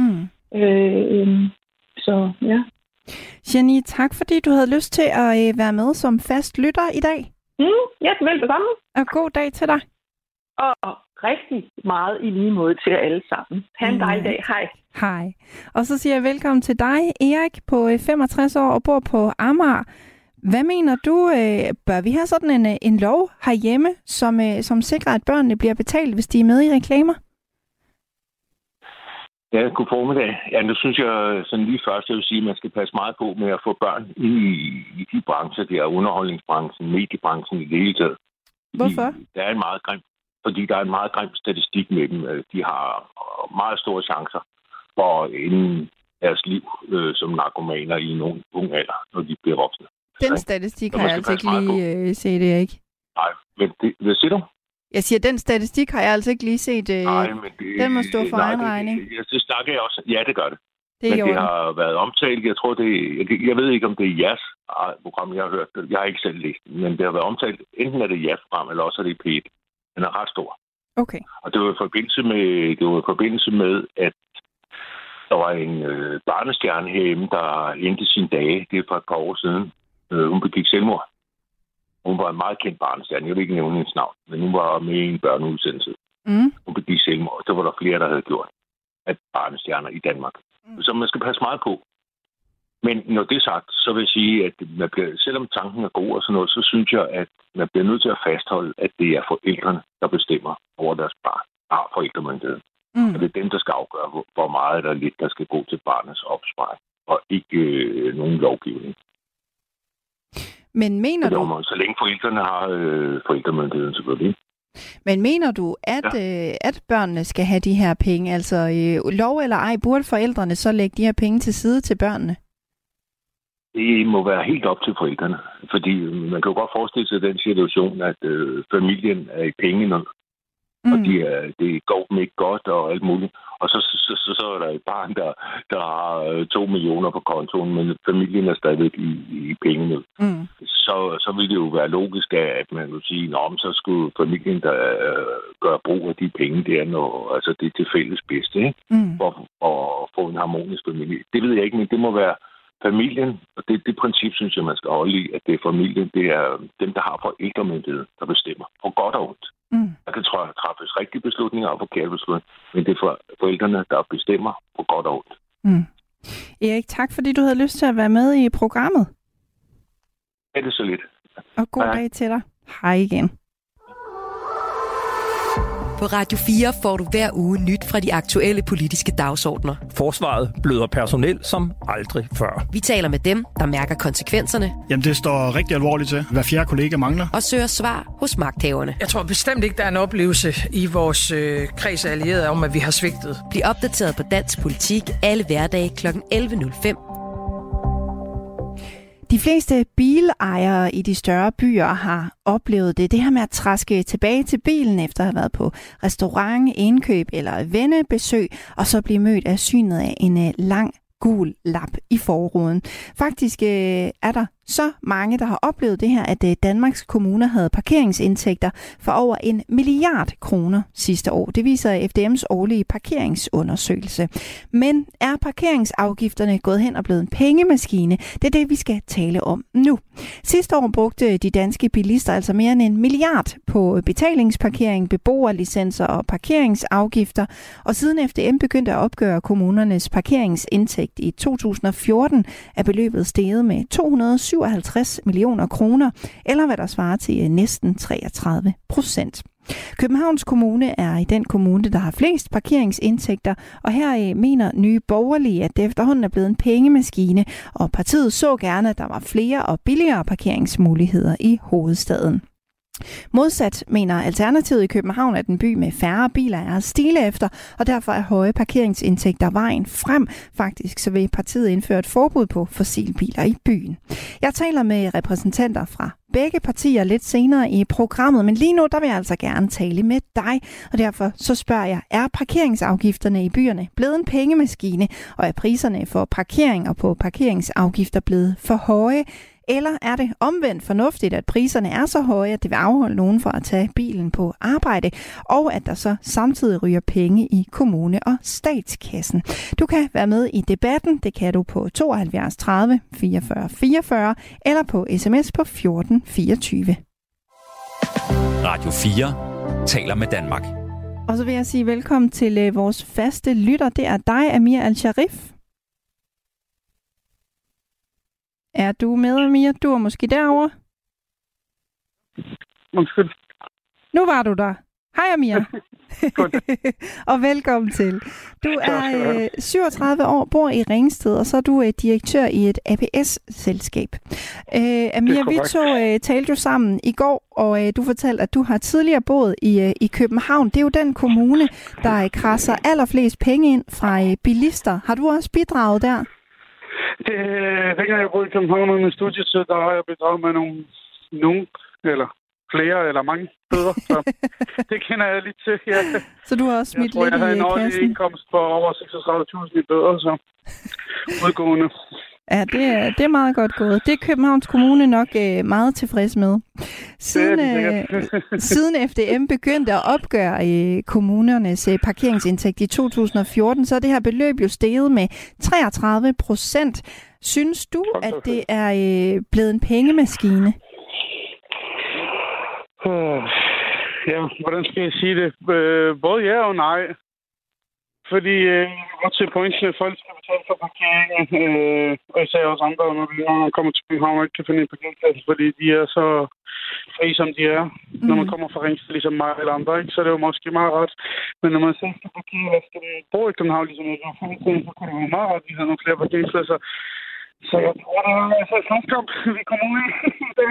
Så ja. Jenny, tak fordi du havde lyst til at være med som fast lytter i dag. Ja, velbekomme. Og god dag til dig. Og rigtig meget i lige måde til jer alle sammen. Ha' en dejlig dag. Hej. Hej. Og så siger jeg velkommen til dig, Erik, på 65 år og bor på Amager. Hvad mener du, bør vi have sådan en lov herhjemme, som sikrer, at børnene bliver betalt, hvis de er med i reklamer? Ja, god formiddag. Ja, nu synes jeg sådan lige først, jeg vil sige, at man skal passe meget på med at få børn ind i de brancher, der er underholdningsbranchen, mediebranchen i det hele taget. Hvorfor? Fordi der er en meget grim statistik med dem. De har meget store chancer for at ende deres liv som narkomaner i nogen ung alder, når de bliver voksne. Den statistik har jeg altså ikke lige set, Erik. Nej, men hvad siger du? Jeg siger, den statistik har jeg altså ikke lige set. Nej, men den må stå for egen regning. Det snakker jeg også. Ja, det gør det. Det har været omtalt. Jeg tror, jeg ved ikke, om det er jeres program, jeg har hørt det. Jeg har ikke selv læst det, men det har været omtalt. Enten er det jeres program, eller også er det P1. Den er ret stor. Okay. Og det var i forbindelse med, at der var en barnestjerne herhjemme, der endte sine dage. Det er for et par år siden. Hun begik selvmord. Hun var en meget kendt barnestjerne. Jeg vil ikke nævne hendes navn, men hun var med i en børneudsendelse. Hun begik selvmord. Så var der flere, der havde gjort af barnestjerner i Danmark. Så man skal passe meget på. Men når det er sagt, så vil jeg sige, at selvom tanken er god og sådan noget, så synes jeg, at man bliver nødt til at fastholde, at det er forældrene, der bestemmer over deres barn. Forældremyndigheden. Og det er dem, der skal afgøre, hvor meget eller lidt, der skal gå til barnets opsparing. Og ikke nogen lovgivning. Men mener du... Så længe forældrene har forældremyndigheden, selvfølgelig. Men mener du, at børnene skal have de her penge? Altså lov eller ej, burde forældrene så lægge de her penge til side til børnene? Det må være helt op til forældrene. Fordi man kan jo godt forestille sig den situation, at familien er i pengenød. Og det går dem ikke godt og alt muligt. Og så er der et barn, der har 2 millioner på kontoen, men familien er stadig i pengenød. Så vil det jo være logisk, at man vil sige, så skulle familien gøre brug af de penge der, altså det er til fælles bedste, ikke? For at få en harmonisk familie. Det ved jeg ikke, men det må være familien, og det princip, synes jeg, man skal holde i, at det er familien, det er dem, der har forældremyndighed, der bestemmer. For godt og ondt. Der kan træffes rigtige beslutninger og forkerte beslutninger, men det er forældrene, der bestemmer på godt og ondt. Erik, tak fordi du havde lyst til at være med i programmet. Ja, det er så lidt. Og god dag til dig. Hej igen. På Radio 4 får du hver uge nyt fra de aktuelle politiske dagsordner. Forsvaret bløder personel som aldrig før. Vi taler med dem, der mærker konsekvenserne. Jamen, det står rigtig alvorligt til. Hver fjerde kollega mangler. Og søger svar hos magthaverne. Jeg tror bestemt ikke, der er en oplevelse i vores kreds af allierede om, at vi har svigtet. Bliv opdateret på dansk politik alle hverdage kl. 11.05. De fleste bilejere i de større byer har oplevet det her med at traske tilbage til bilen efter at have været på restaurant, indkøb eller vennebesøg, og så blive mødt af synet af en lang gul lap i forruden. Faktisk er der så mange, der har oplevet det her, at Danmarks kommuner havde parkeringsindtægter for over 1 milliard kroner sidste år. Det viser FDM's årlige parkeringsundersøgelse. Men er parkeringsafgifterne gået hen og blevet en pengemaskine? Det er det, vi skal tale om nu. Sidste år brugte de danske bilister altså mere end 1 milliard på betalingsparkering, beboerlicenser og parkeringsafgifter. Og siden FDM begyndte at opgøre kommunernes parkeringsindtægt i 2014, er beløbet steget med 257 millioner kroner, eller hvad der svarer til næsten 33%. Københavns Kommune er i den kommune, der har flest parkeringsindtægter, og her mener Nye Borgerlige, at det efterhånden er blevet en pengemaskine, og partiet så gerne, at der var flere og billigere parkeringsmuligheder i hovedstaden. Modsat mener Alternativet i København, at en by med færre biler er at stile efter, og derfor er høje parkeringsindtægter vejen frem. Faktisk så vil partiet indføre et forbud på fossilbiler i byen. Jeg taler med repræsentanter fra begge partier lidt senere i programmet, men lige nu der vil jeg altså gerne tale med dig, og derfor så spørger jeg, er parkeringsafgifterne i byerne blevet en pengemaskine, og er priserne for parkering og på parkeringsafgifter blevet for høje? Eller er det omvendt fornuftigt, at priserne er så høje, at det vil afholde nogen fra at tage bilen på arbejde, og at der så samtidig ryger penge i kommune- og statskassen? Du kan være med i debatten. Det kan du på 72 30 44 44 eller på sms på 14 24. Radio 4 taler med Danmark. Og så vil jeg sige velkommen til vores faste lytter. Det er dig, Amir Al-Sharif. Er du med, Amir? Du er måske derovre. Undskyld. Nu var du der. Hej, Amir. Og velkommen til. Du er 37 år, bor i Ringsted, og så er du direktør i et APS-selskab. Amir, vi to talte jo sammen i går, og du fortalte, at du har tidligere boet i København. Det er jo den kommune, der krasser allerflest penge ind fra bilister. Har du også bidraget der? Dengang jeg boede i København under studietid, der har jeg bidraget med nogle eller flere eller mange bøder. Så det kender jeg lidt til, ja. Så du har også smidt lidt i kassen? Jeg tror, jeg havde en årlig indkomst på over 36.000 i bøder, så udgående. Ja, det er meget godt gået. Det er Københavns Kommune nok meget tilfreds med. Siden FDM begyndte at opgøre kommunernes parkeringsindtægt i 2014, så er det her beløb jo steget med 33%. Synes du, at det er blevet en pengemaskine? Ja, hvordan skal jeg sige det? Både ja og nej. Fordi godt til pointen, at folk skal betale for parkeringen, og især også andre, når man kommer til København og ikke kan finde en parkeringsplads, fordi de er så fri, som de er. Når man kommer fra Ringsted, ligesom mig eller andre, ikke? Så er det jo måske meget ret. Men når man selv skal parkere, og skal bo i København, ligesom jeg gjorde for, så kunne det være meget ret, at vi havde nogle flere parkeringspladser. Så jeg tror, det er altså et slåskamp, vi kommer ud i dag.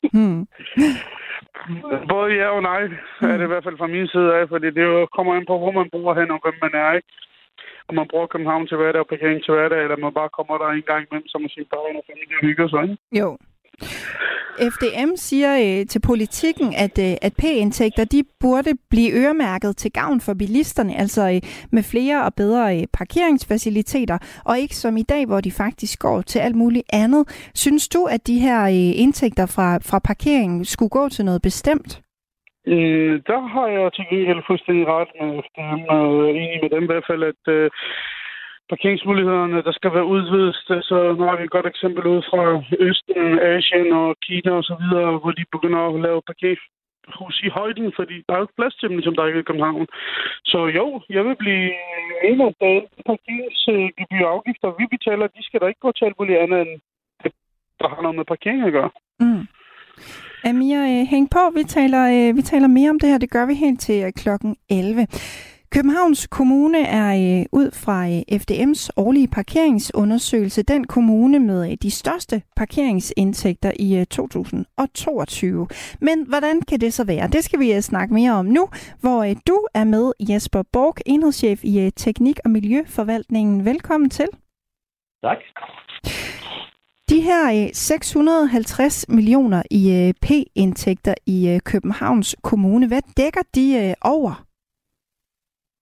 Både ja og nej, er det i hvert fald fra min side af, fordi det jo kommer ind på, hvor man bor hen og hvem man er, ikke? Om man bruger København til hverdag og parkering til hverdag, eller man bare kommer der en gang imellem, som man siger, bare en familie hygger sig, ikke? Jo. FDM siger til Politikken, at P-indtægter de burde blive øremærket til gavn for bilisterne, altså med flere og bedre parkeringsfaciliteter, og ikke som i dag, hvor de faktisk går til alt muligt andet. Synes du, at de her indtægter fra parkeringen skulle gå til noget bestemt? Der har jeg til gengæld fuldstændig ret med FDM, og enig med dem i hvert fald, at parkeringsmulighederne, der skal være udvidet. Så nu har vi et godt eksempel ud fra Østen, Asien og Kina og så videre, hvor de begynder at lave parkeringshus i højden, fordi der er jo ikke plads til dem, ligesom der er ikke i København. Så jo, jeg vil blive enig med, at parkeringsgebyrafgifter, vi betaler, de skal der ikke gå til alt muligt andet, end der har noget med parkering at gøre. Amir, hæng på. Vi taler mere om det her. Det gør vi helt til klokken 11. Københavns Kommune er ud fra FDM's årlige parkeringsundersøgelse den kommune med de største parkeringsindtægter i 2022. Men hvordan kan det så være? Det skal vi snakke mere om nu, hvor du er med, Jesper Borg, enhedschef i Teknik- og Miljøforvaltningen. Velkommen til. Tak. De her 650 millioner i P-indtægter i Københavns Kommune, hvad dækker de over? Det er korrekt.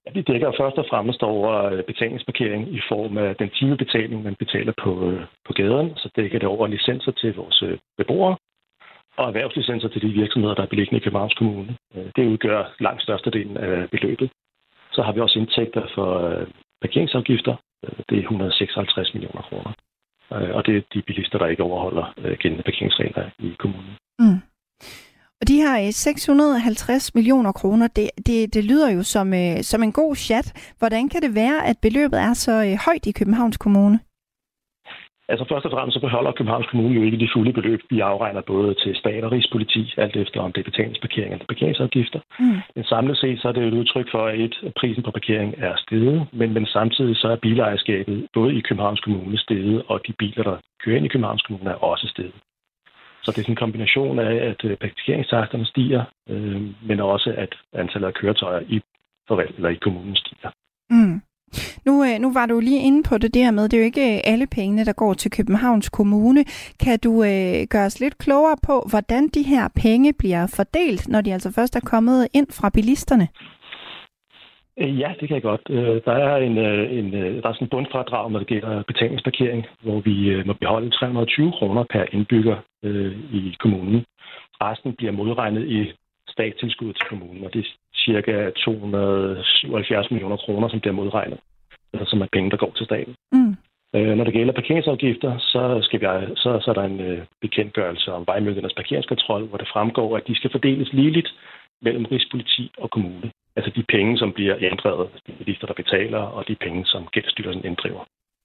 Ja, det dækker først og fremmest over betalingsparkering i form af den timebetaling, man betaler på gaden. Så dækker det over licenser til vores beboere og erhvervslicenser til de virksomheder, der er beliggende i Københavns Kommune. Det udgør langt størstedelen af beløbet. Så har vi også indtægter for parkeringsafgifter. Det er 156 millioner kroner. Og det er de bilister, der ikke overholder gældende parkeringsregler i kommunen. Mm. Og de her 650 millioner kroner, det lyder jo som en god chat. Hvordan kan det være, at beløbet er så højt i Københavns Kommune? Altså først og fremmest så beholder Københavns Kommune jo ikke de fulde beløb. Vi afregner både til stat og rigspoliti, alt efter om det er betalingsparkering eller parkeringsafgifter. Men samlet set så er det et udtryk for, at prisen på parkering er steget, men samtidig så er bilejerskabet både i Københavns Kommune steget, og de biler, der kører ind i Københavns Kommune, er også steget. Så det er sådan en kombination af, at parkeringstaksterne stiger, men også at antallet af køretøjer i kommunen stiger. Mm. Nu var du lige inde på det der med, det er jo ikke alle pengene, der går til Københavns Kommune. Kan du gøre os lidt klogere på, hvordan de her penge bliver fordelt, når de altså først er kommet ind fra bilisterne? Ja, det kan jeg godt. Der er sådan en bundfradrag, når det gælder betalingsparkering, hvor vi må beholde 320 kroner per indbygger i kommunen. Resten bliver modregnet i statstilskud til kommunen, og det er cirka 277 millioner kroner, som bliver modregnet, altså som er penge, der går til staten. Mm. Når det gælder parkeringsafgifter, så er der en bekendtgørelse om vejmyndighedernes parkeringskontrol, hvor det fremgår, at de skal fordeles ligeligt mellem rigspoliti og kommune. Altså de penge, som bliver inddrevet, de bilister, der betaler, og de penge, som Gældsstyrelsen inddriver.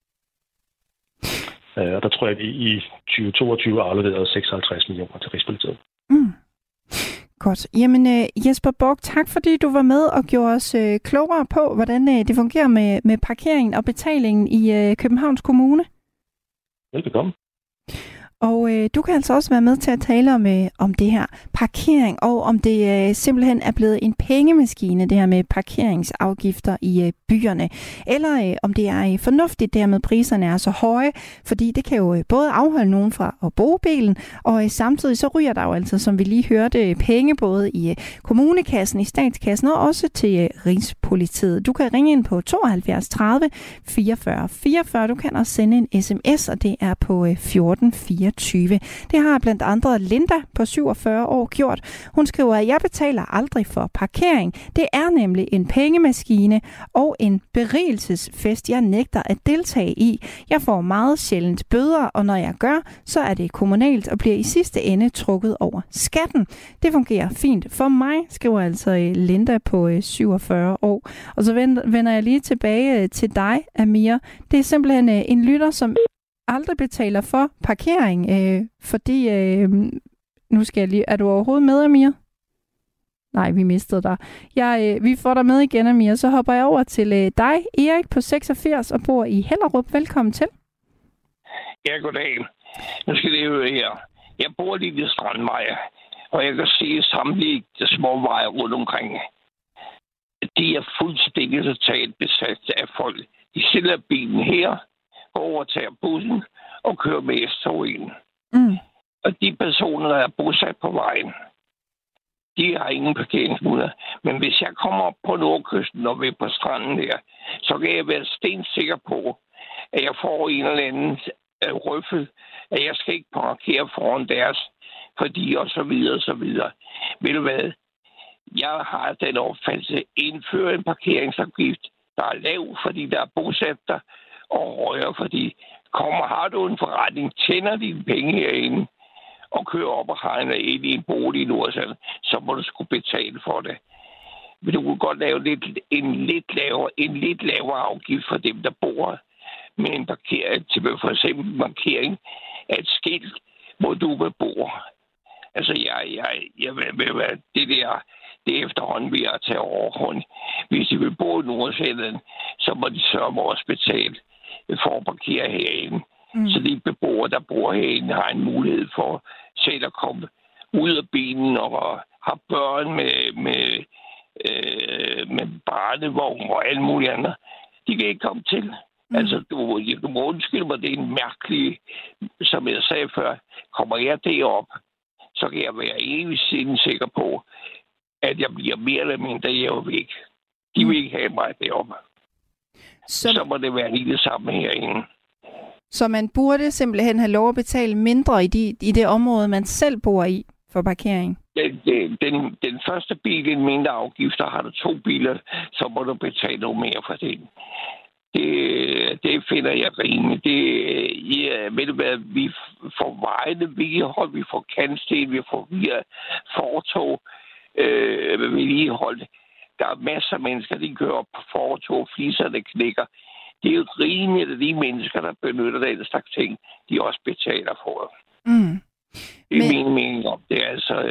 Og der tror jeg, at vi i 2022 afleverede 56 millioner til Rigspolitiet. Mm. Godt. Jamen Jesper Borch, tak fordi du var med og gjorde os klogere på, hvordan det fungerer med parkeringen og betalingen i Københavns Kommune. Velbekomme. Og du kan altså også være med til at tale om det her parkering, og om det simpelthen er blevet en pengemaskine, det her med parkeringsafgifter i byerne. Eller om det er fornuftigt, det her med priserne er så høje, fordi det kan jo både afholde nogen fra at bruge bilen, og samtidig så ryger der jo altså, som vi lige hørte, penge både i kommunekassen, i statskassen og også til Rigspolitiet. Du kan ringe ind på 72 30 44 44. Du kan også sende en sms, og det er på 1424. Det har blandt andre Linda på 47 år gjort. Hun skriver, at jeg betaler aldrig for parkering. Det er nemlig en pengemaskine og en berigelsesfest, jeg nægter at deltage i. Jeg får meget sjældent bøder, og når jeg gør, så er det kommunalt og bliver i sidste ende trukket over skatten. Det fungerer fint for mig, skriver altså Linda på 47 år. Og så vender jeg lige tilbage til dig, Amir. Det er simpelthen en lytter, som aldrig betaler for parkering, fordi nu skal jeg lige... Er du overhovedet med, Amir? Nej, vi mistede dig. Vi får dig med igen, Amir. Så hopper jeg over til dig, Erik på 86 og bor i Hellerup. Velkommen til. Ja, goddag. Nu skal det jo her. Jeg bor lige ved Strandveje, og jeg kan se samtlige små veje rundt omkring. De er fuldstændig totalt besat af folk. De stiller bilen her, overtager bussen og kører med S-togen. Mm. Og de personer, der er bosat på vejen, de har ingen parkeringsmuligheder. Men hvis jeg kommer op på Nordkysten og ved på stranden der, så kan jeg være stensikker på, at jeg får en eller anden røffel, at jeg skal ikke parkere foran deres, fordi og så videre og så videre. Ved du hvad? Jeg har den opfattelse, indføre en parkeringsafgift, der er lav, fordi der er bosat der, og røger, fordi har du en forretning, tjener dine penge herinde, og kører op og hegner ind i en bolig i Nordsjælland, så må du sgu betale for det. Men du kunne godt lave en lidt lavere afgift for dem, der bor med en parkering, til for eksempel markering af et skilt, hvor du bor. Altså, det er efterhånden ved at tage overhånd. Hvis de vil bo i Nordsjælland, så må de sørge også betale for at parkere herinde. Mm. Så de beboere, der bor herinde, har en mulighed for selv at komme ud af bilen og have børn med barnevogn og alt muligt andet. De kan ikke komme til. Mm. Altså, du må undskylde mig, det er en mærkelig, som jeg sagde før, kommer jeg derop, så kan jeg være evigt sikker på, at jeg bliver mere eller mindre væk. De vil ikke have mig deroppe. Så må det være lige det samme herinde. Så man burde simpelthen have lov at betale mindre i det område, man selv bor i for parkering? Den første bil, en mindre afgifter, har du 2 biler, så må du betale noget mere for det. Det finder jeg rimeligt. Ved du hvad, vi får vejene vedligeholdt, vi får kantsten, vi får fortov vedligeholdt. Der er masser af mennesker, de kører op på fortov, fliserne knækker. Det er jo rimeligt, at de mennesker, der benytter den slags ting, de også betaler for det. Det er min mening om det.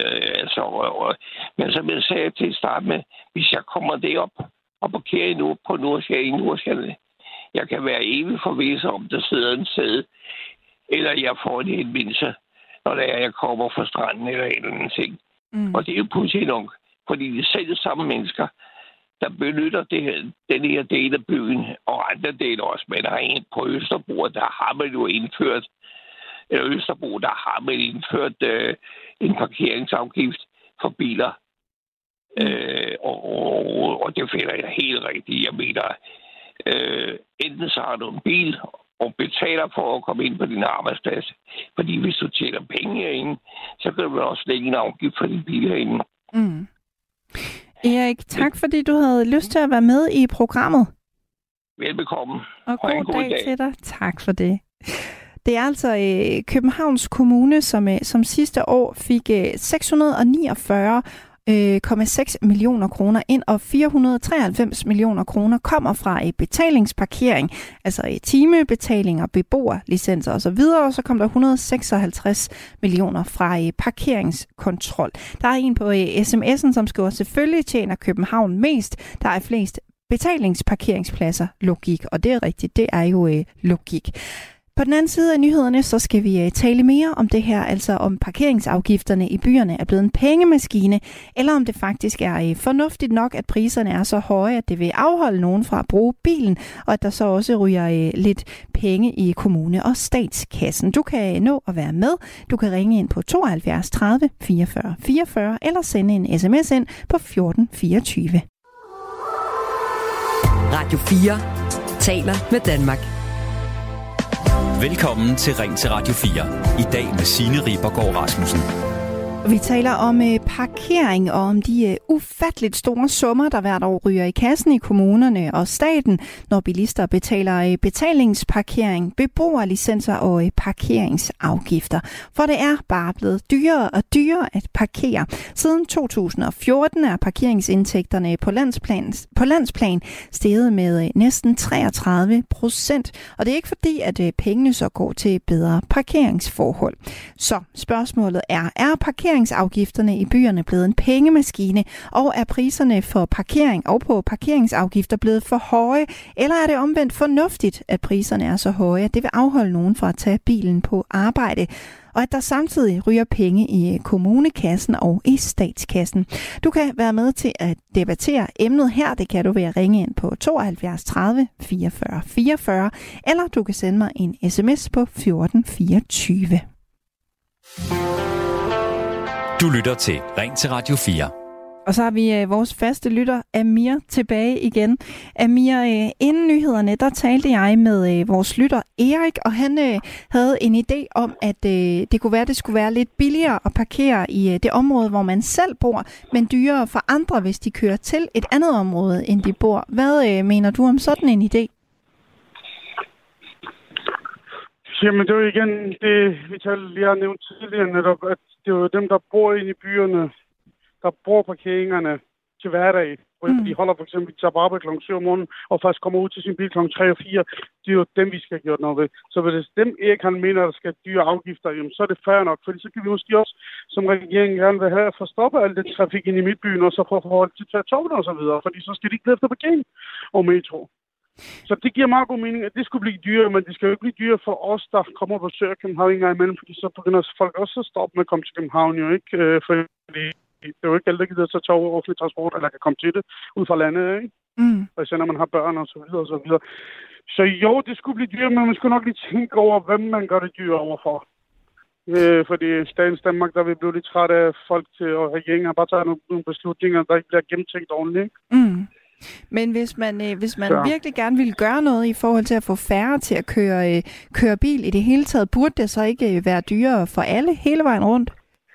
Men som jeg sagde til at starte med, hvis jeg kommer derop og parkerer nu på Nordsjælland, jeg kan være evigt forvisset om, der sidder en sæde, eller jeg får en henvendelse, når jeg kommer fra stranden eller en eller anden ting. Og det er jo pludselig nok, fordi det er selv samme mennesker, der benytter den her del af byen, og andre dele også. Men der er en på Østerbro, der har man jo indført, en parkeringsafgift for biler. Og det finder jeg helt rigtigt. Jeg mener, enten så har du en bil og betaler for at komme ind på din arbejdsplads. Fordi hvis du tjener penge herinde, så kan du også lægge en afgift for din bil herinde. Erik, tak fordi du havde lyst til at være med i programmet. Velbekomme. Og god dag til dig. Tak for det. Det er altså Københavns Kommune, som sidste år fik 649,6 millioner kroner ind, og 493 millioner kroner kommer fra betalingsparkering, altså timebetaling og beboerlicenser osv., og så kom der 156 millioner fra parkeringskontrol. Der er en på sms'en, som skriver, selvfølgelig tjener København mest, der er flest betalingsparkeringspladser, logik, og det er rigtigt, det er jo logik. På den anden side af nyhederne, så skal vi tale mere om det her, altså om parkeringsafgifterne i byerne er blevet en pengemaskine, eller om det faktisk er fornuftigt nok, at priserne er så høje, at det vil afholde nogen fra at bruge bilen, og at der så også ryger lidt penge i kommune- og statskassen. Du kan nå at være med. Du kan ringe ind på 72 30 44 44, eller sende en sms ind på 1424. Radio 4 taler med Danmark. Velkommen til Ring til Radio 4. I dag med Signe Ribergaard Rasmussen. Vi taler om parkering og om de ufatteligt store summer, der hvert år ryger i kassen i kommunerne og staten, når bilister betaler betalingsparkering, beboerlicenser og parkeringsafgifter. For det er bare blevet dyrere og dyrere at parkere. Siden 2014 er parkeringsindtægterne på landsplan steget med næsten 33%. Og det er ikke fordi, at pengene så går til bedre parkeringsforhold. Så spørgsmålet er parkeringsafgifterne i byerne blevet en pengemaskine, og er priserne for parkering og på parkeringsafgifter blevet for høje, eller er det omvendt fornuftigt, at priserne er så høje, at det vil afholde nogen fra at tage bilen på arbejde, og at der samtidig ryger penge i kommunekassen og i statskassen. Du kan være med til at debattere emnet her. Det kan du ved at ringe ind på 72 30 44 44, eller du kan sende mig en sms på 1424. Du lytter til Ring til Radio 4. Og så har vi vores faste lytter, Amir, tilbage igen. Amir, inden nyhederne, der talte jeg med vores lytter, Erik, og han havde en idé om, at det kunne være, det skulle være lidt billigere at parkere i det område, hvor man selv bor, men dyrere for andre, hvis de kører til et andet område, end de bor. Hvad mener du om sådan en idé? Jamen, det er jo igen det, jeg har nævnt tidligere netop, at det er jo dem, der bor inde i byerne, der bruger parkeringerne til hverdag. De holder for eksempel, de tager på arbejde kl. 7 om morgenen, og faktisk kommer ud til sin bil kl. 3 og 4. Det er jo dem, vi skal have gjort noget ved. Så hvis dem ikke han mener, der skal dyre afgifter, jamen, så er det fair nok. Fordi så kan vi måske også, som regeringen gerne vil have, for at stoppe al det trafik ind i midtbyen, og så få forhold til at tage togene og så videre. Fordi så skal de ikke lade efter parkering og metro. Så det giver meget god mening, at det skulle blive dyrere, men det skal jo ikke blive dyrere for os, der kommer på besøg af København en gang imellem, fordi så begynder folk også at stoppe med at komme til København, jo ikke? Fordi det er jo ikke alle, der gider at tage tog og offentlig transport, eller kan komme til det ud fra landet, ikke? Og især når man har børn og så videre og så videre. Så jo, det skulle blive dyrere, men man skulle nok lige tænke over, hvem man gør det dyrere overfor. Fordi statens Danmark, der vil blive lidt træt af folk til, og regeringen har bare taget nogle beslutninger, der ikke bliver gennemtænkt ordentligt, ikke? Men hvis man virkelig gerne vil gøre noget i forhold til at få færre til at køre bil i det hele taget, burde det så ikke være dyrere for alle hele vejen rundt?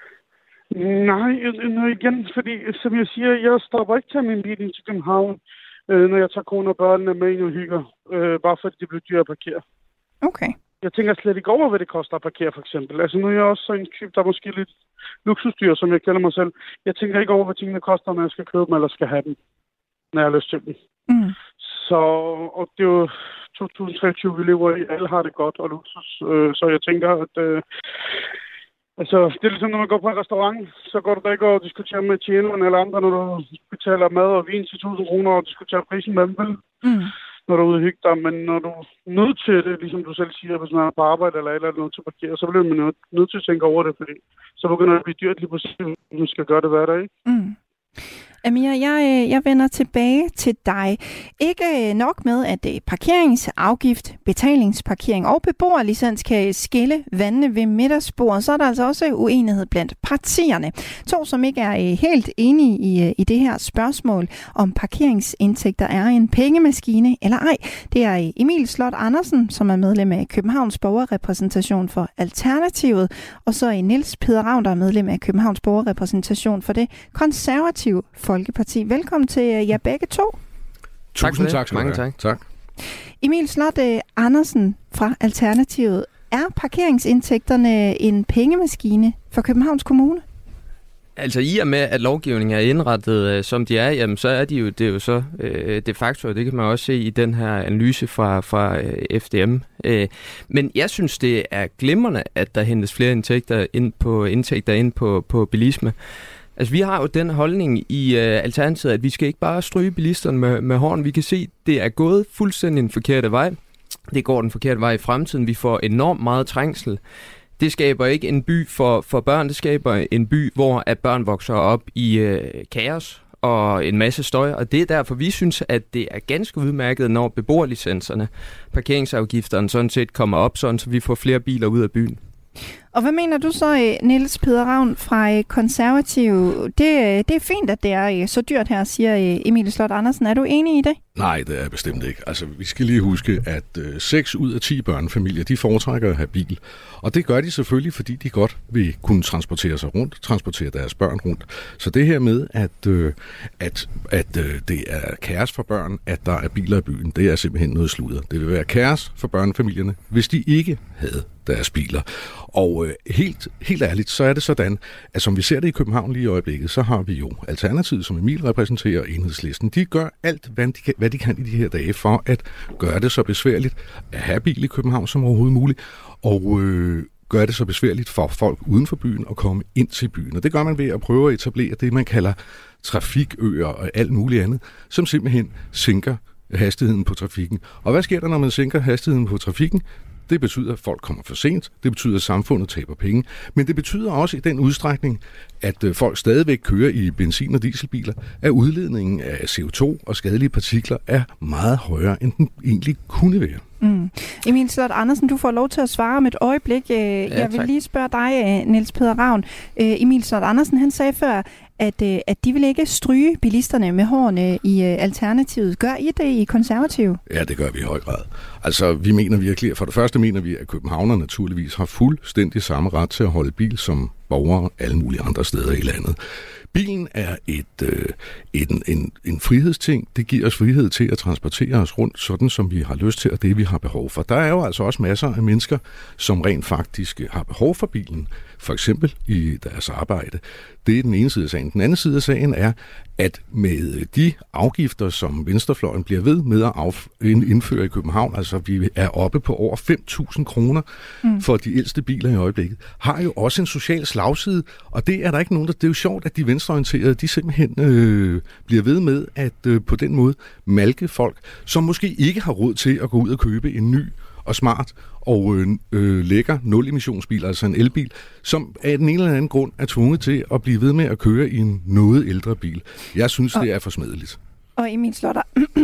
Nej, igen, fordi som jeg siger, jeg stopper ikke til min bil ind til København, når jeg tager kone og børnene med ind og hygger, bare fordi det bliver dyrere at parkere. Okay. Jeg tænker slet ikke over, hvad det koster at parkere, for eksempel. Altså nu er jeg også så en type, der er måske lidt luksusdyr, som jeg kalder mig selv. Jeg tænker ikke over, hvad tingene koster, når jeg skal købe dem, eller skal have dem, når jeg har lyst til dem. Mm. Så, og det er jo 2023, vi lever i. Alle har det godt og luksus. Så jeg tænker, at altså, det er ligesom, når man går på en restaurant, så går du da ikke og diskuterer med tjeneren eller andre, når du betaler mad og vin til 1.000 kroner og diskuterer prisen med dem, vel? Mm. Når du er ude og hygge dig, men når du er nødt til det, ligesom du selv siger, hvis man er på arbejde eller et eller andet til at parkere, så bliver man nødt til at tænke over det, fordi så begynder det at blive dyrt lige præcis, hvis man skal gøre det hver dag, ikke? Mm. Amir, jeg vender tilbage til dig. Ikke nok med, at parkeringsafgift, betalingsparkering og beboerlicens kan skille vandene ved middagsbordet, så er der altså også uenighed blandt partierne. To, som ikke er helt enige i det her spørgsmål, om parkeringsindtægter er en pengemaskine eller ej. Det er Emil Slot Andersen, som er medlem af Københavns Borgerrepræsentation for Alternativet, og så Niels Peder Ravn, der er medlem af Københavns Borgerrepræsentation for det konservative Folkeparti. Velkommen til jer begge to. Tusind tak. Mange tak. Emil Slot Andersen fra Alternativet. Er parkeringsindtægterne en pengemaskine for Københavns Kommune? Altså i og med, at lovgivningen er indrettet, som de er, jamen, så er det er jo så de facto, det kan man også se i den her analyse fra FDM. Men jeg synes, det er glimrende, at der hentes flere indtægter ind på bilisme. Altså, vi har jo den holdning i Alternativet, at vi skal ikke bare stryge bilisterne med hården. Vi kan se, det er gået fuldstændig den forkerte vej. Det går den forkerte vej i fremtiden. Vi får enormt meget trængsel. Det skaber ikke en by for børn. Det skaber en by, hvor at børn vokser op i kaos og en masse støj. Og det er derfor, vi synes, at det er ganske udmærket, når beboerlicenserne, parkeringsafgifterne sådan set kommer op, sådan, så vi får flere biler ud af byen. Og hvad mener du så, Niels Peder Ravn fra Konservative? Det er fint, at det er så dyrt her, siger Emil Slot Andersen. Er du enig i det? Nej, det er jeg bestemt ikke. Altså, vi skal lige huske, at 6 ud af 10 børnefamilier, de foretrækker at have bil. Og det gør de selvfølgelig, fordi de godt vil kunne transportere sig rundt, transportere deres børn rundt. Så det her med, at det er kaos for børn, at der er biler i byen, det er simpelthen noget sludder. Det vil være kaos for børnefamilierne, hvis de ikke havde deres biler. Og helt ærligt, så er det sådan, at som vi ser det i København lige i øjeblikket, så har vi jo Alternativet, som Emil repræsenterer, og Enhedslisten. De gør alt, hvad de kan i de her dage, for at gøre det så besværligt at have bil i København som overhovedet muligt, og gøre det så besværligt for folk uden for byen at komme ind til byen. Og det gør man ved at prøve at etablere det, man kalder trafikøer og alt muligt andet, som simpelthen sænker hastigheden på trafikken. Og hvad sker der, når man sænker hastigheden på trafikken? Det betyder, at folk kommer for sent. Det betyder, at samfundet taber penge. Men det betyder også i den udstrækning, at folk stadigvæk kører i benzin- og dieselbiler, at udledningen af CO2 og skadelige partikler er meget højere, end den egentlig kunne være. Mm. Emil Slot Andersen, du får lov til at svare om et øjeblik. Jeg vil lige spørge dig, Niels Peder Ravn. Emil Slot Andersen, han sagde før, at de vil ikke stryge bilisterne med hårene i Alternativet. Gør I det i Konservative? Ja, det gør vi i høj grad. Altså, vi mener virkelig, for det første mener vi, at københavnere naturligvis har fuldstændig samme ret til at holde bil som borgere alle mulige andre steder i landet. Bilen er en frihedsting. Det giver os frihed til at transportere os rundt, sådan som vi har lyst til, og det vi har behov for. Der er jo altså også masser af mennesker, som rent faktisk har behov for bilen, for eksempel i deres arbejde. Det er den ene side af sagen. Den anden side af sagen er, at med de afgifter, som venstrefløjen bliver ved med at indføre i København, altså vi er oppe på over 5.000 kroner for de ældste biler i øjeblikket, har jo også en social slagside, og det er der ikke nogen, det er jo sjovt, at de venstreorienterede, de simpelthen bliver ved med at på den måde malke folk, som måske ikke har råd til at gå ud og købe en ny og smart og lækker nul-emissionsbil, altså en elbil, som af den ene eller anden grund er tvunget til at blive ved med at køre i en noget ældre bil. Jeg synes, det er forsmedeligt. Og Emil Slot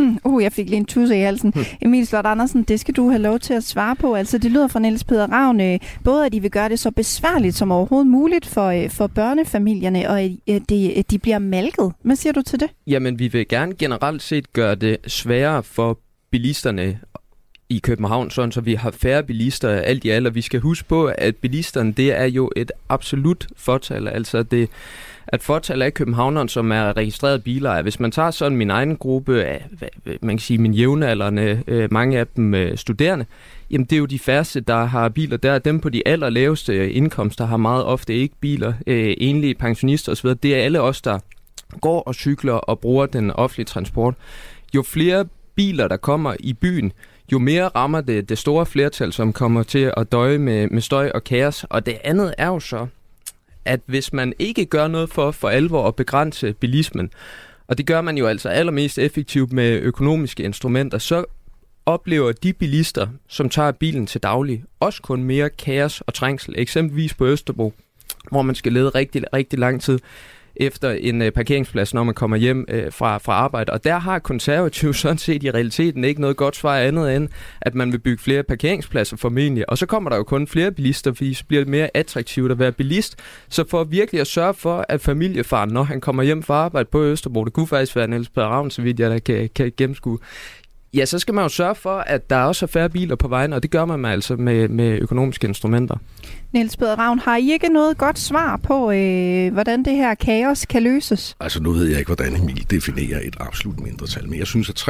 Jeg fik lige en tusse i halsen. Emil Slot Andersen, det skal du have lov til at svare på. Altså, det lyder fra Niels Peder Ravn, både at de vil gøre det så besværligt som overhovedet muligt for børnefamilierne, og at de bliver malket. Hvad siger du til det? Jamen, vi vil gerne generelt set gøre det sværere for bilisterne i København, sådan så vi har færre bilister alt i alt, og vi skal huske på, at bilisterne, det er jo et absolut fortal, altså det at fortal af københavneren, som er registreret biler. Hvis man tager sådan min egen gruppe af, man kan sige min jævnaldrende, mange af dem studerende, jamen det er jo de færreste, der har biler. Der er dem på de allerlaveste indkomster, har meget ofte ikke biler, enlige pensionister osv. Det er alle os, der går og cykler og bruger den offentlige transport. Jo flere biler, der kommer i byen, jo mere rammer det store flertal, som kommer til at døje med støj og kaos. Og det andet er jo så, at hvis man ikke gør noget for alvor at begrænse bilismen, og det gør man jo altså allermest effektivt med økonomiske instrumenter, så oplever de bilister, som tager bilen til daglig, også kun mere kaos og trængsel. Eksempelvis på Østerbro, hvor man skal lede rigtig, rigtig lang tid efter en parkeringsplads, når man kommer hjem fra arbejde. Og der har Konservative sådan set i realiteten ikke noget godt svar andet end, at man vil bygge flere parkeringspladser formentlig. Og så kommer der jo kun flere bilister, fordi så bliver det mere attraktivt at være bilist. Så for virkelig at sørge for, at familiefaren, når han kommer hjem fra arbejde på Østerbro, det kunne faktisk være Niels Peder Ravn, så vidt jeg da kan gennemskue, ja, så skal man jo sørge for, at der også er færre biler på vejen, og det gør man altså med økonomiske instrumenter. Niels Peder Ravn, har I ikke noget godt svar på, hvordan det her kaos kan løses? Altså nu ved jeg ikke, hvordan Emil definerer et absolut mindretal, men jeg synes, at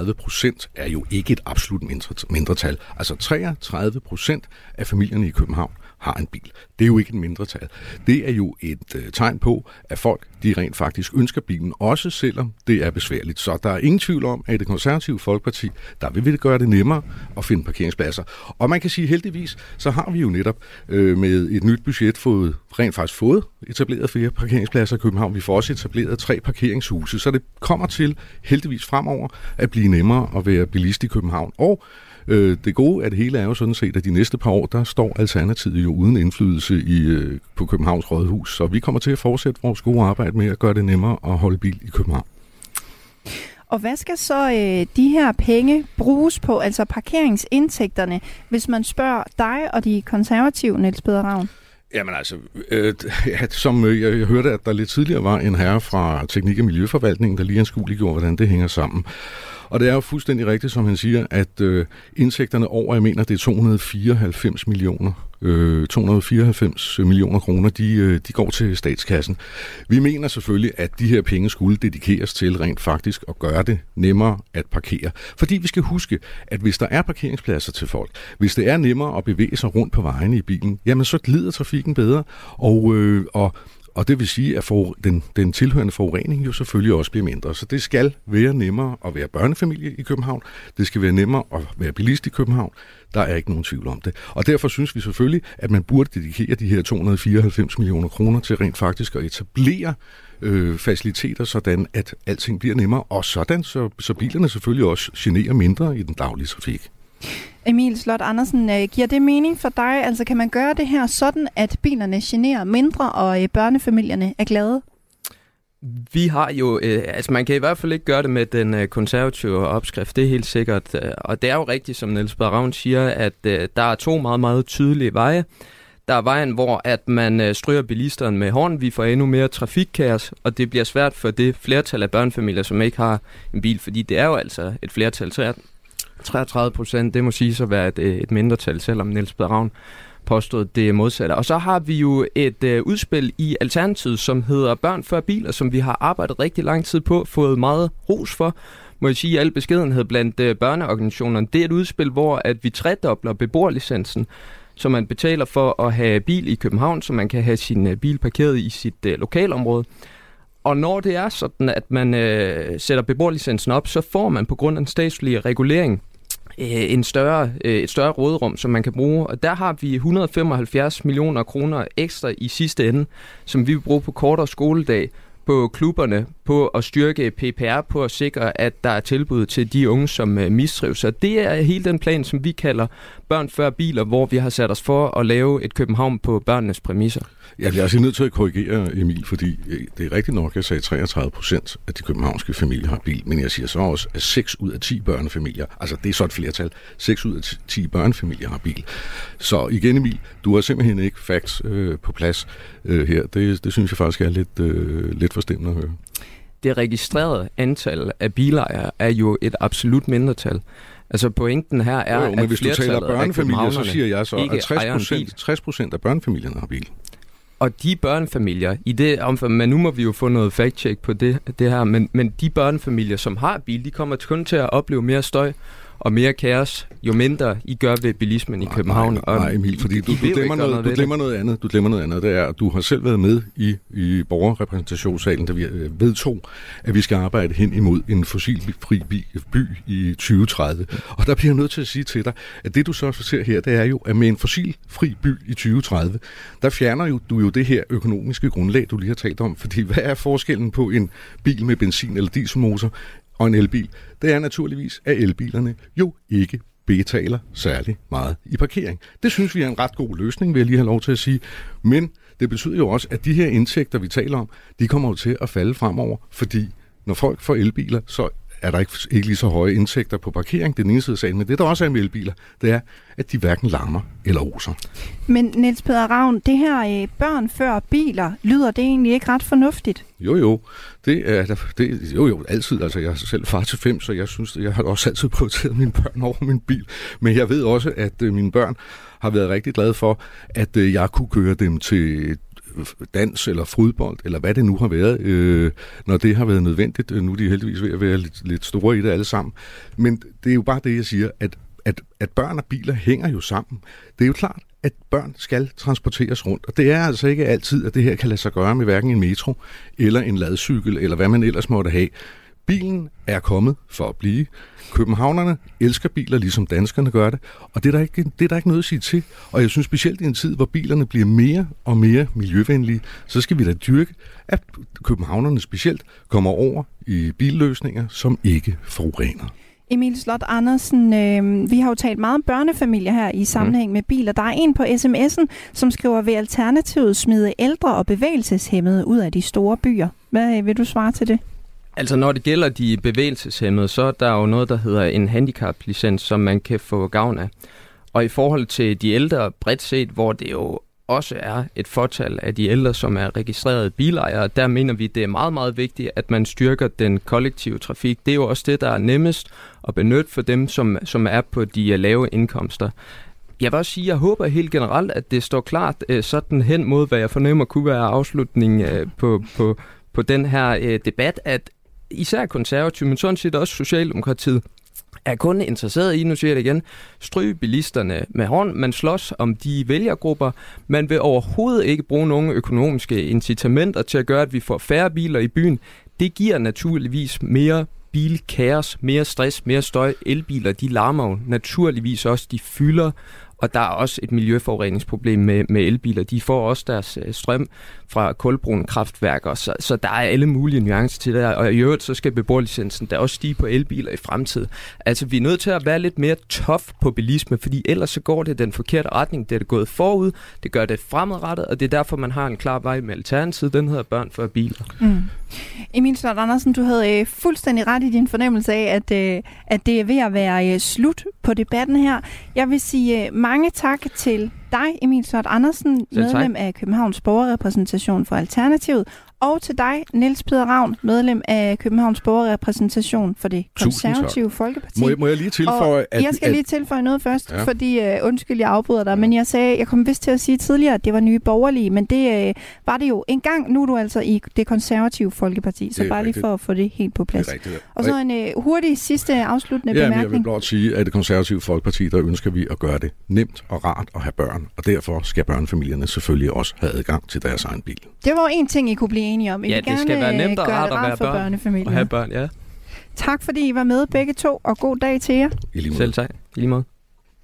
33% er jo ikke et absolut mindretal. Altså 33% af familierne i København har en bil. Det er jo ikke et mindretal. Det er jo et tegn på, at folk de rent faktisk ønsker bilen, også selvom det er besværligt. Så der er ingen tvivl om, at i Det Konservative Folkeparti, der vil vi gøre det nemmere at finde parkeringspladser. Og man kan sige heldigvis, så har vi jo netop med et nyt budget rent faktisk fået etableret flere parkeringspladser i København. Vi får også etableret 3 parkeringshuse, så det kommer til heldigvis fremover at blive nemmere at være bilist i København. Og det gode af det hele er jo sådan set, at de næste par år, der står Alternativet jo uden indflydelse på Københavns Rådhus. Så vi kommer til at fortsætte vores gode arbejde med at gøre det nemmere at holde bil i København. Og hvad skal så de her penge bruges på, altså parkeringsindtægterne, hvis man spørger dig og de konservative, Niels Peder Ravn? Jamen altså, som jeg hørte, at der lidt tidligere var en herre fra Teknik- og Miljøforvaltningen, der lige anskueliggjorde, hvordan det hænger sammen. Og det er jo fuldstændig rigtigt, som han siger, at indtægterne over, jeg mener, det er 294 millioner kroner, de går til statskassen. Vi mener selvfølgelig, at de her penge skulle dedikeres til rent faktisk at gøre det nemmere at parkere. Fordi vi skal huske, at hvis der er parkeringspladser til folk, hvis det er nemmere at bevæge sig rundt på vejene i bilen, jamen så glider trafikken bedre, og det vil sige, at den tilhørende forurening jo selvfølgelig også bliver mindre. Så det skal være nemmere at være børnefamilie i København. Det skal være nemmere at være bilist i København. Der er ikke nogen tvivl om det. Og derfor synes vi selvfølgelig, at man burde dedikere de her 294 millioner kroner til rent faktisk at etablere faciliteter, sådan at alting bliver nemmere. Og sådan, så bilerne selvfølgelig også generer mindre i den daglige trafik. Emil Slot Andersen, giver det mening for dig? Altså kan man gøre det her sådan, at bilerne generer mindre, og børnefamilierne er glade? Vi har jo, altså man kan i hvert fald ikke gøre det med den konservative opskrift, det er helt sikkert. Og det er jo rigtigt, som Niels Peder Ravn siger, at der er 2 meget, meget tydelige veje. Der er vejen, hvor at man stryger bilisterne med hånden, vi får endnu mere trafikkaos, og det bliver svært for det flertal af børnefamilier, som ikke har en bil, fordi det er jo altså et flertal. 33%, det må sige så være et mindretal, selvom Niels Peder Ravn påstod det modsatte. Og så har vi jo et udspil i Alternativet, som hedder Børn før biler, som vi har arbejdet rigtig lang tid på, fået meget ros for, må jeg sige, al beskedenhed blandt børneorganisationerne. Det er et udspil, hvor at vi tredobler beboerlicensen, så man betaler for at have bil i København, så man kan have sin bil parkeret i sit lokalområde. Og når det er sådan, at man sætter beboerlicensen op, så får man på grund af den statslige regulering et større råderum, som man kan bruge. Og der har vi 175 millioner kroner ekstra i sidste ende, som vi vil bruge på kortere skoledag, på klubberne, på at styrke PPR, på at sikre, at der er tilbud til de unge, som mistrives. Så det er hele den plan, som vi kalder børn før biler, hvor vi har sat os for at lave et København på børnenes præmisser. Jeg bliver altså nødt til at korrigere, Emil, fordi det er rigtigt nok, jeg sagde 33% af de københavnske familier har bil, men jeg siger så også, at 6 ud af 10 børnefamilier, altså det er så et flertal, 6 ud af 10 børnefamilier har bil. Så igen, Emil, du har simpelthen ikke facts på plads her. Det synes jeg faktisk er lidt forstemmende at høre. Det registrerede antal af bilejere er jo et absolut mindretal. Altså pointen her er, at hvis du taler børnefamilier, så siger jeg så, at 60% af børnefamilierne har bil. Og de børnefamilier, i det omfang, men nu må vi jo få noget fact-check på det her, men de børnefamilier, som har bil, de kommer kun til at opleve mere støj og mere kaos, jo mindre I gør ved bilismen i København. Nej, Emil, fordi du glemmer noget andet. Du glemmer noget andet. Det er, at du har selv været med i borgerrepræsentationssalen, da vi vedtog, at vi skal arbejde hen imod en fossilfri by i 2030. Og der bliver jeg nødt til at sige til dig, at det du så ser her, det er jo, at med en fossilfri by i 2030, der fjerner du jo det her økonomiske grundlag, du lige har talt om. Fordi hvad er forskellen på en bil med benzin- eller dieselmotor og en elbil? Det er naturligvis, at elbilerne jo ikke betaler særlig meget i parkering. Det synes vi er en ret god løsning, vil jeg lige have lov til at sige. Men det betyder jo også, at de her indtægter, vi taler om, de kommer jo til at falde fremover, fordi når folk får elbiler, så er der ikke lige så høje indtægter på parkering. Det er den ene side af sagen, men det der også er med elbiler, det er, at de hverken larmer eller oser. Men Niels Peder Ravn, det her børn før biler, lyder det egentlig ikke ret fornuftigt? Jo. Det er altid. Altså, jeg er selv far til 5, så jeg synes, jeg har også altid prioriteret mine børn over min bil. Men jeg ved også, at mine børn har været rigtig glade for, at jeg kunne køre dem til dans eller fodbold, eller hvad det nu har været, når det har været nødvendigt. Nu er de heldigvis ved at være lidt store i det alle sammen. Men det er jo bare det, jeg siger, at børn og biler hænger jo sammen. Det er jo klart, at børn skal transporteres rundt, og det er altså ikke altid, at det her kan lade sig gøre med hverken en metro, eller en ladcykel, eller hvad man ellers måtte have. Bilen er kommet for at blive. Københavnerne elsker biler, ligesom danskerne gør det, og det er der ikke noget at sige til. Og jeg synes specielt i en tid, hvor bilerne bliver mere og mere miljøvenlige, så skal vi da dyrke, at københavnerne specielt kommer over i billøsninger, som ikke forurener. Emil Slot Andersen, vi har jo talt meget om børnefamilier her i sammenhæng med biler. Der er en på sms'en, som skriver, vil Alternativet smide ældre og bevægelseshæmmede ud af de store byer. Hvad vil du svare til det? Altså når det gælder de bevægelseshæmmede, så er der jo noget, der hedder en handicaplicens, som man kan få gavn af. Og i forhold til de ældre bredt set, hvor det jo også er et fortal af de ældre, som er registrerede bilejere, der mener vi, det er meget, meget vigtigt, at man styrker den kollektive trafik. Det er jo også det, der er nemmest at benytte for dem, som er på de lave indkomster. Jeg vil også sige, at jeg håber helt generelt, at det står klart sådan hen mod, hvad jeg fornemmer kunne være afslutningen på den her debat, at især konservative, men sådan set også Socialdemokratiet, er kun interesseret i, nu siger jeg det igen, stryge bilisterne med hånd. Man slås om de vælgergrupper. Man vil overhovedet ikke bruge nogen økonomiske incitamenter til at gøre, at vi får færre biler i byen. Det giver naturligvis mere bilkaos, mere stress, mere støj. Elbiler, de larmer jo naturligvis også, de fylder. Og der er også et miljøforureningsproblem med elbiler. De får også deres strøm fra kulbrune kraftværker, så der er alle mulige nuancer til det. Og i øvrigt så skal beboerlicensen der også stige på elbiler i fremtiden. Altså vi er nødt til at være lidt mere tough på bilisme, fordi ellers så går det den forkerte retning. Det er det gået forud, det gør det fremadrettet, og det er derfor man har en klar vej med Alternativet. Den hedder børn før biler. Emil Slot Andersen, du havde fuldstændig ret i din fornemmelse af, at det er ved at være slut på debatten her. Jeg vil sige mange tak til dig, Emil Slot Andersen, medlem af Københavns Borgerrepræsentation for Alternativet, og til dig, Niels Peder Ravn, medlem af Københavns Borgerrepræsentation for det Konservative Folkeparti. Må jeg lige tilføje? Jeg skal lige tilføje noget først, fordi undskyld, jeg afbryder dig, men jeg kom vist til at sige tidligere, at det var Nye Borgerlige, men det var det jo engang. Nu er du altså i det Konservative Folkeparti, så bare lige for at få det helt på plads. Og så en hurtig sidste afsluttende bemærkning. Jeg vil blot sige, at det Konservative Folkeparti, der ønsker vi at gøre det nemt og rart at have børn, og derfor skal børnefamilierne selvfølgelig også have adgang til deres egen bil. Det var en ting, I kunne blive enige om. I det skal være nemt og rart at være børn og have børn, ja. Tak fordi I var med begge to, og god dag til jer. I lige måde. Selv tak. I lige måde.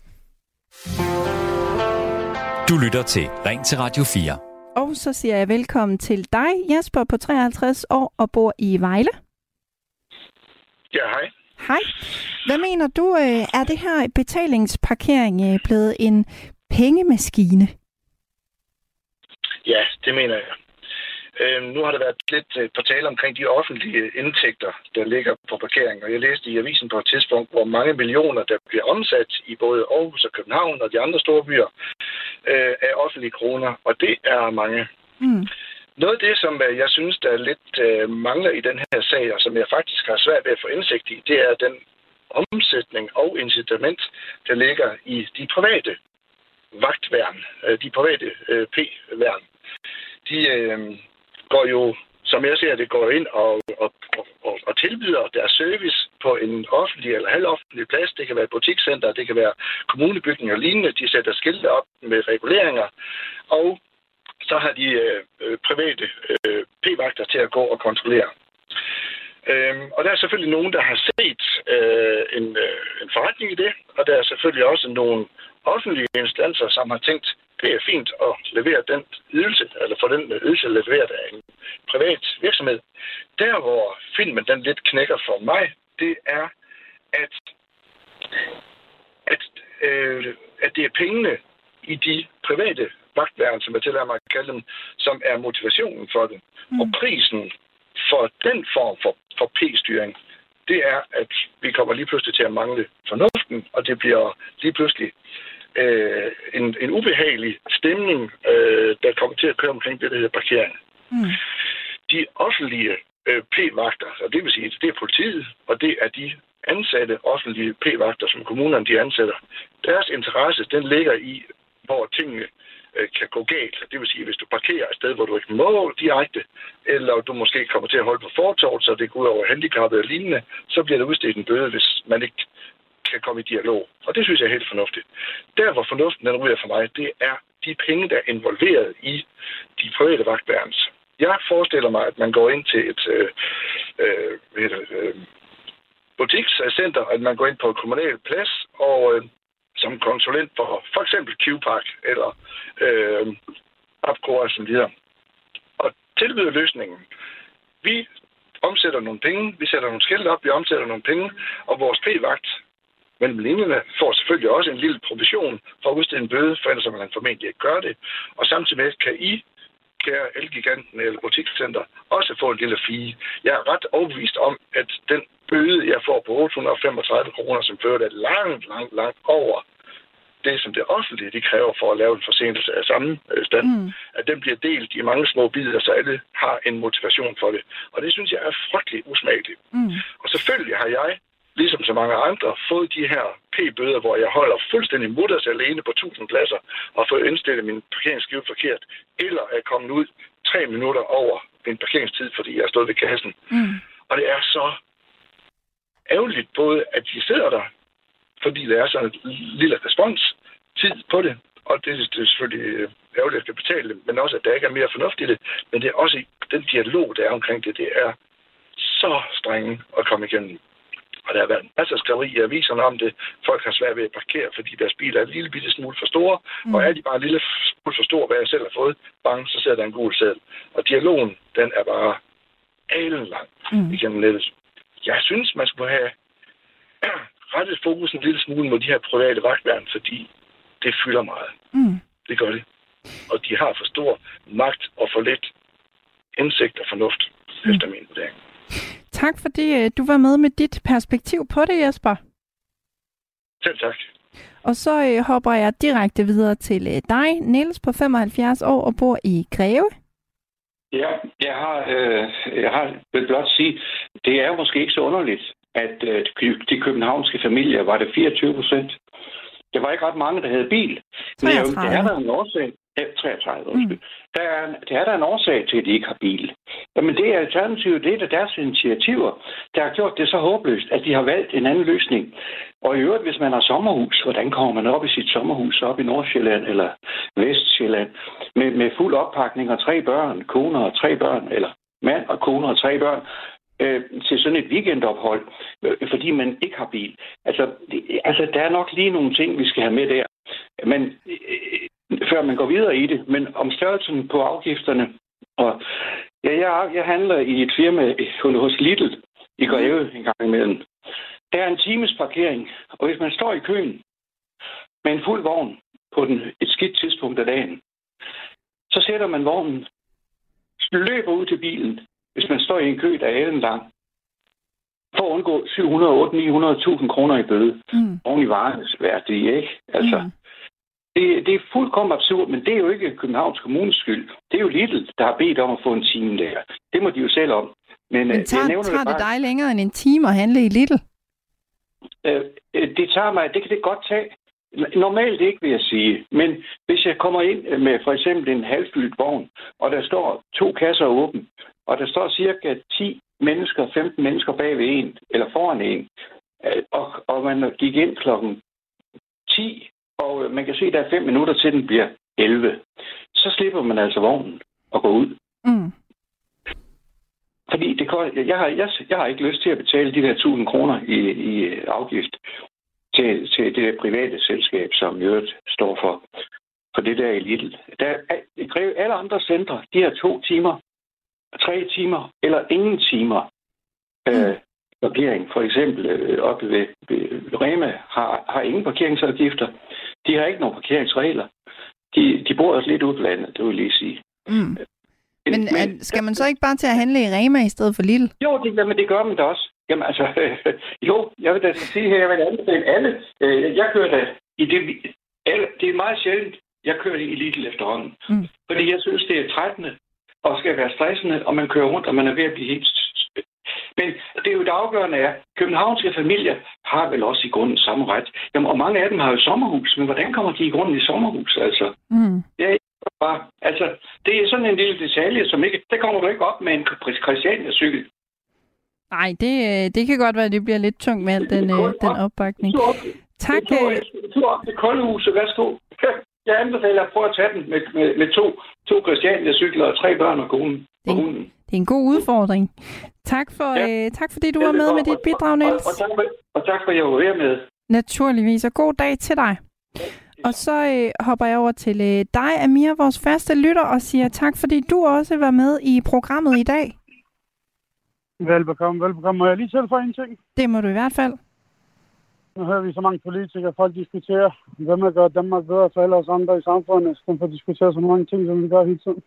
Du lytter til Ring til Radio 4. Og så siger jeg velkommen til dig, Jesper, på 53 år og bor i Vejle. Ja, hej. Hej. Hvad mener du, er det her betalingsparkering blevet en pengemaskine? Ja, det mener jeg. Nu har der været lidt på tale omkring de offentlige indtægter, der ligger på parkering. Og jeg læste i avisen på et tidspunkt, hvor mange millioner, der bliver omsat i både Aarhus og København og de andre store byer af offentlige kroner. Og det er mange. Noget af det, som jeg synes, der lidt mangler i den her sag, og som jeg faktisk har svært ved at få indsigt i, det er den omsætning og incitament, der ligger i de private vagtværn, de private P-værn. De går jo, som jeg ser det, går ind og tilbyder deres service på en offentlig eller halvoffentlig plads. Det kan være butikscenter, det kan være kommunebygninger og lignende. De sætter skilte op med reguleringer, og så har de private p-vagter til at gå og kontrollere. Og der er selvfølgelig nogen, der har set en forretning i det, og der er selvfølgelig også nogle offentlige instanser, som har tænkt, det er fint at levere den ydelse, eller få den ydelse leveret af en privat virksomhed. Der, hvor filmen den lidt knækker for mig, det er, at det er pengene i de private vagtværn, som jeg tillader mig at kalde dem, som er motivationen for det. Og prisen for den form for p-styring, det er, at vi kommer lige pludselig til at mangle fornuften, og det bliver lige pludselig en ubehagelig stemning, der kommer til at køre omkring det, der hedder parkering. De offentlige p-vagter, og det vil sige, det er politiet, og det er de ansatte offentlige p-vagter, som kommunerne de ansætter. Deres interesse, den ligger i, hvor tingene kan gå galt. Det vil sige, hvis du parkerer et sted, hvor du ikke må direkte, eller du måske kommer til at holde på fortovet, så det går ud over handicappet og lignende, så bliver der udstedt en bøde, hvis man ikke kan komme i dialog. Og det synes jeg er helt fornuftigt. Der, hvor fornuften den ryger for mig, det er de penge, der er involveret i de private vagtværns. Jeg forestiller mig, at man går ind til et butikscenter, at man går ind på et kommunalt plads, og som konsulent for eksempel Q-Park eller Opcore og så videre. Og tilbyder løsningen. Vi omsætter nogle penge, vi sætter nogle skilte op, vi omsætter nogle penge, og vores p-vagt mellem linjerne får selvfølgelig også en lille provision for at udstede en bøde, for ellers man formentlig ikke gør det. Og samtidig med kan I, kære Elgiganten eller butikscenter, også få en lille fee. Jeg er ret overbevist om, at den bøde, jeg får på 835 kroner, som fører det langt over det, som det offentlige de kræver for at lave en forseelse af samme stand, at den bliver delt i mange små bidder, så alle har en motivation for det. Og det synes jeg er frygtelig usmageligt. Og selvfølgelig har jeg, ligesom så mange andre, fået de her p-bøder, hvor jeg holder fuldstændig mutters alene på 1000 pladser og får indstillet min parkeringsskive forkert, eller er kommet ud 3 minutter over min parkeringstid, fordi jeg stod ved kassen. Og det er så ærgerligt både, at de sidder der, fordi der er sådan en lille responstid på det, og det er selvfølgelig ærgerligt, at jeg skal betale det, men også, at der ikke er mere fornuft i det. Men det er også den dialog, der er omkring det, det er så strenge at komme igennem. Og der har været masser af skriveri i aviserne om det. Folk har svært ved at parkere, fordi deres biler er en lille bitte smule for store, og er de bare en lille smule for store, hvad jeg selv har fået, bang, så ser der en gul seddel. Og dialogen, den er bare alenlang igennem nettet. Jeg synes, man skulle have rettet fokus en lille smule mod de her private vagtværn, fordi det fylder meget. Det gør det. Og de har for stor magt og for lidt indsigt og fornuft, efter min vurdering. Tak fordi du var med dit perspektiv på det, Jesper. Selv tak. Og så hopper jeg direkte videre til dig, Niels, på 75 år og bor i Greve. Ja, jeg vil blot sige, det er jo måske ikke så underligt, at de københavnske familier var det 24%. Det var ikke ret mange, der havde bil. 33. Men det er der en årsag. 33, undskyld. Det er der en årsag til, at de ikke har bil. Jamen det er alternativet, det er deres initiativer, der har gjort det så håbløst, at de har valgt en anden løsning. Og i øvrigt, hvis man har sommerhus, hvordan kommer man op i sit sommerhus op i Nordsjælland eller Vestsjælland med fuld oppakning og 3 børn, koner og 3 børn, eller mand og koner og 3 børn, til sådan et weekendophold, fordi man ikke har bil. Altså, der er nok lige nogle ting, vi skal have med der. Men før man går videre i det, men om størrelsen på afgifterne. Og ja, jeg handler i et firma hos Lidl i Greve en gang imellem. Der er en times parkering, og hvis man står i køen med en fuld vogn på et skidt tidspunkt af dagen, så sætter man vognen, løber ud til bilen, hvis man står i en kø, der er ellenlang, for at undgå 700-900.000 kroner i bøde. Oven i varenes værdi, ikke? Altså, det er fuldkommen absurd, men det er jo ikke Københavns Kommunes skyld. Det er jo Lidl, der har bedt om at få en time der. Det må de jo selv om. Men tager det dig længere end en time at handle i Lidl? Det tager mig, det kan det godt tage. Normalt ikke, vil jeg sige. Men hvis jeg kommer ind med for eksempel en halvfyldt vogn, og der står 2 kasser åbne, og der står cirka 10 mennesker, 15 mennesker bag ved en, eller foran en, og man gik ind klokken 10, og man kan se, at der er 5 minutter til den bliver 11, så slipper man altså vognen og går ud. Fordi jeg har ikke lyst til at betale de der 1.000 kroner i afgift til det der private selskab, som Jørgen står for det der i Lidl. Alle andre centre, de har 2 timer, 3 timer eller ingen timer parkering. For eksempel oppe ved Rema har ingen parkeringsafgifter. De har ikke nogen parkeringsregler. De bor også lidt ud på landet, det vil jeg lige sige. Men skal man så ikke bare til at handle i Rema i stedet for Lidl? Jo, det gør man da også. Jamen altså, jeg vil da sige her, jeg vil anbefale alle. Jeg kører da i det er meget sjældent, jeg kører i Lidl efterhånden. Fordi jeg synes, det er trættende og skal være stressende, og man kører rundt, og man er ved at blive helt... Men det er jo det afgørende er, københavnske familier har vel også i grunden samme ret. Jamen, og mange af dem har jo sommerhus, men hvordan kommer de i grunden i sommerhus, altså? Det er ikke bare... Altså, det er sådan en lille detalje, som ikke... Der kommer du ikke op med en Christiania-cykel. Nej, det kan godt være, at det bliver lidt tungt med den opbakning. Tak. Du op til Koldehuset, værsgo. Jeg anbefaler at prøve at tage den med to Christiania-cykler og 3 børn og konen. Det er en god udfordring. Tak fordi du var med dit bidrag, Niels. Og tak for, at jeg var med. Naturligvis, og god dag til dig. Og så hopper jeg over til dig, Amir, vores faste lytter, og siger tak, fordi du også var med i programmet i dag. Velbekomme. Må jeg lige tilføje en ting? Det må du i hvert fald. Nu hører vi så mange politikere, folk diskuterer, hvem der gør Danmark bedre for alle os andre i samfundet, så får diskutere så mange ting, som vi gør hele tiden.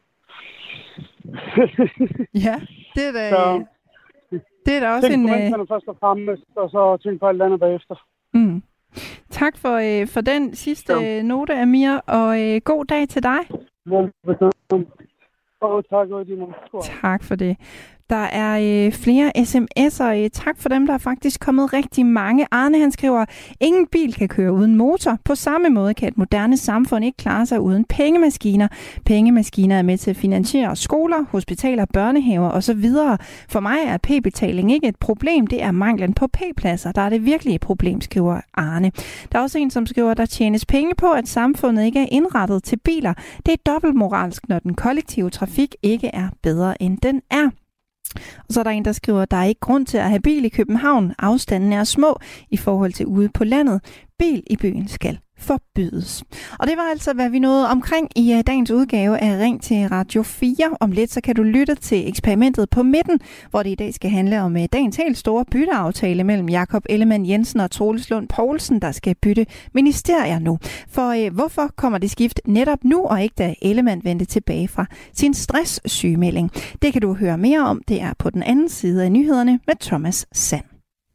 Ja, det er da også tænk på menneskerne først og fremmest, og så tænk på alt andet bagefter. Tak for den sidste note, Amir, og god dag til dig. Velbekomme. Og tak for det. Tak for det. Der er flere sms'er. Tak for dem, der er faktisk kommet rigtig mange. Arne, han skriver, ingen bil kan køre uden motor. På samme måde kan et moderne samfund ikke klare sig uden pengemaskiner. Pengemaskiner er med til at finansiere skoler, hospitaler, børnehaver osv. For mig er p-betaling ikke et problem. Det er manglen på p-pladser. Der er det virkelige problem, skriver Arne. Der er også en, som skriver, der tjenes penge på, at samfundet ikke er indrettet til biler. Det er dobbeltmoralsk, når den kollektive trafik ikke er bedre, end den er. Og så er der en, der skriver, der er ikke grund til at have bil i København. Afstanden er små i forhold til ude på landet. Bil i byen skal forbydes. Og det var altså, hvad vi nåede omkring i dagens udgave af Ring til Radio 4. Om lidt, så kan du lytte til eksperimentet på midten, hvor det i dag skal handle om dagens helt store bytteaftale mellem Jakob Ellemann-Jensen og Troels Lund Poulsen, der skal bytte ministerier nu. For hvorfor kommer det skift netop nu, og ikke da Ellemann vendte tilbage fra sin stresssygemelding? Det kan du høre mere om. Det er på den anden side af nyhederne med Thomas Sand.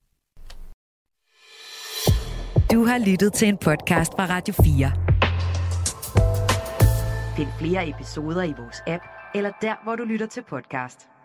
Du har lyttet til en podcast fra Radio 4. Find flere episoder i vores app, eller der, hvor du lytter til podcast.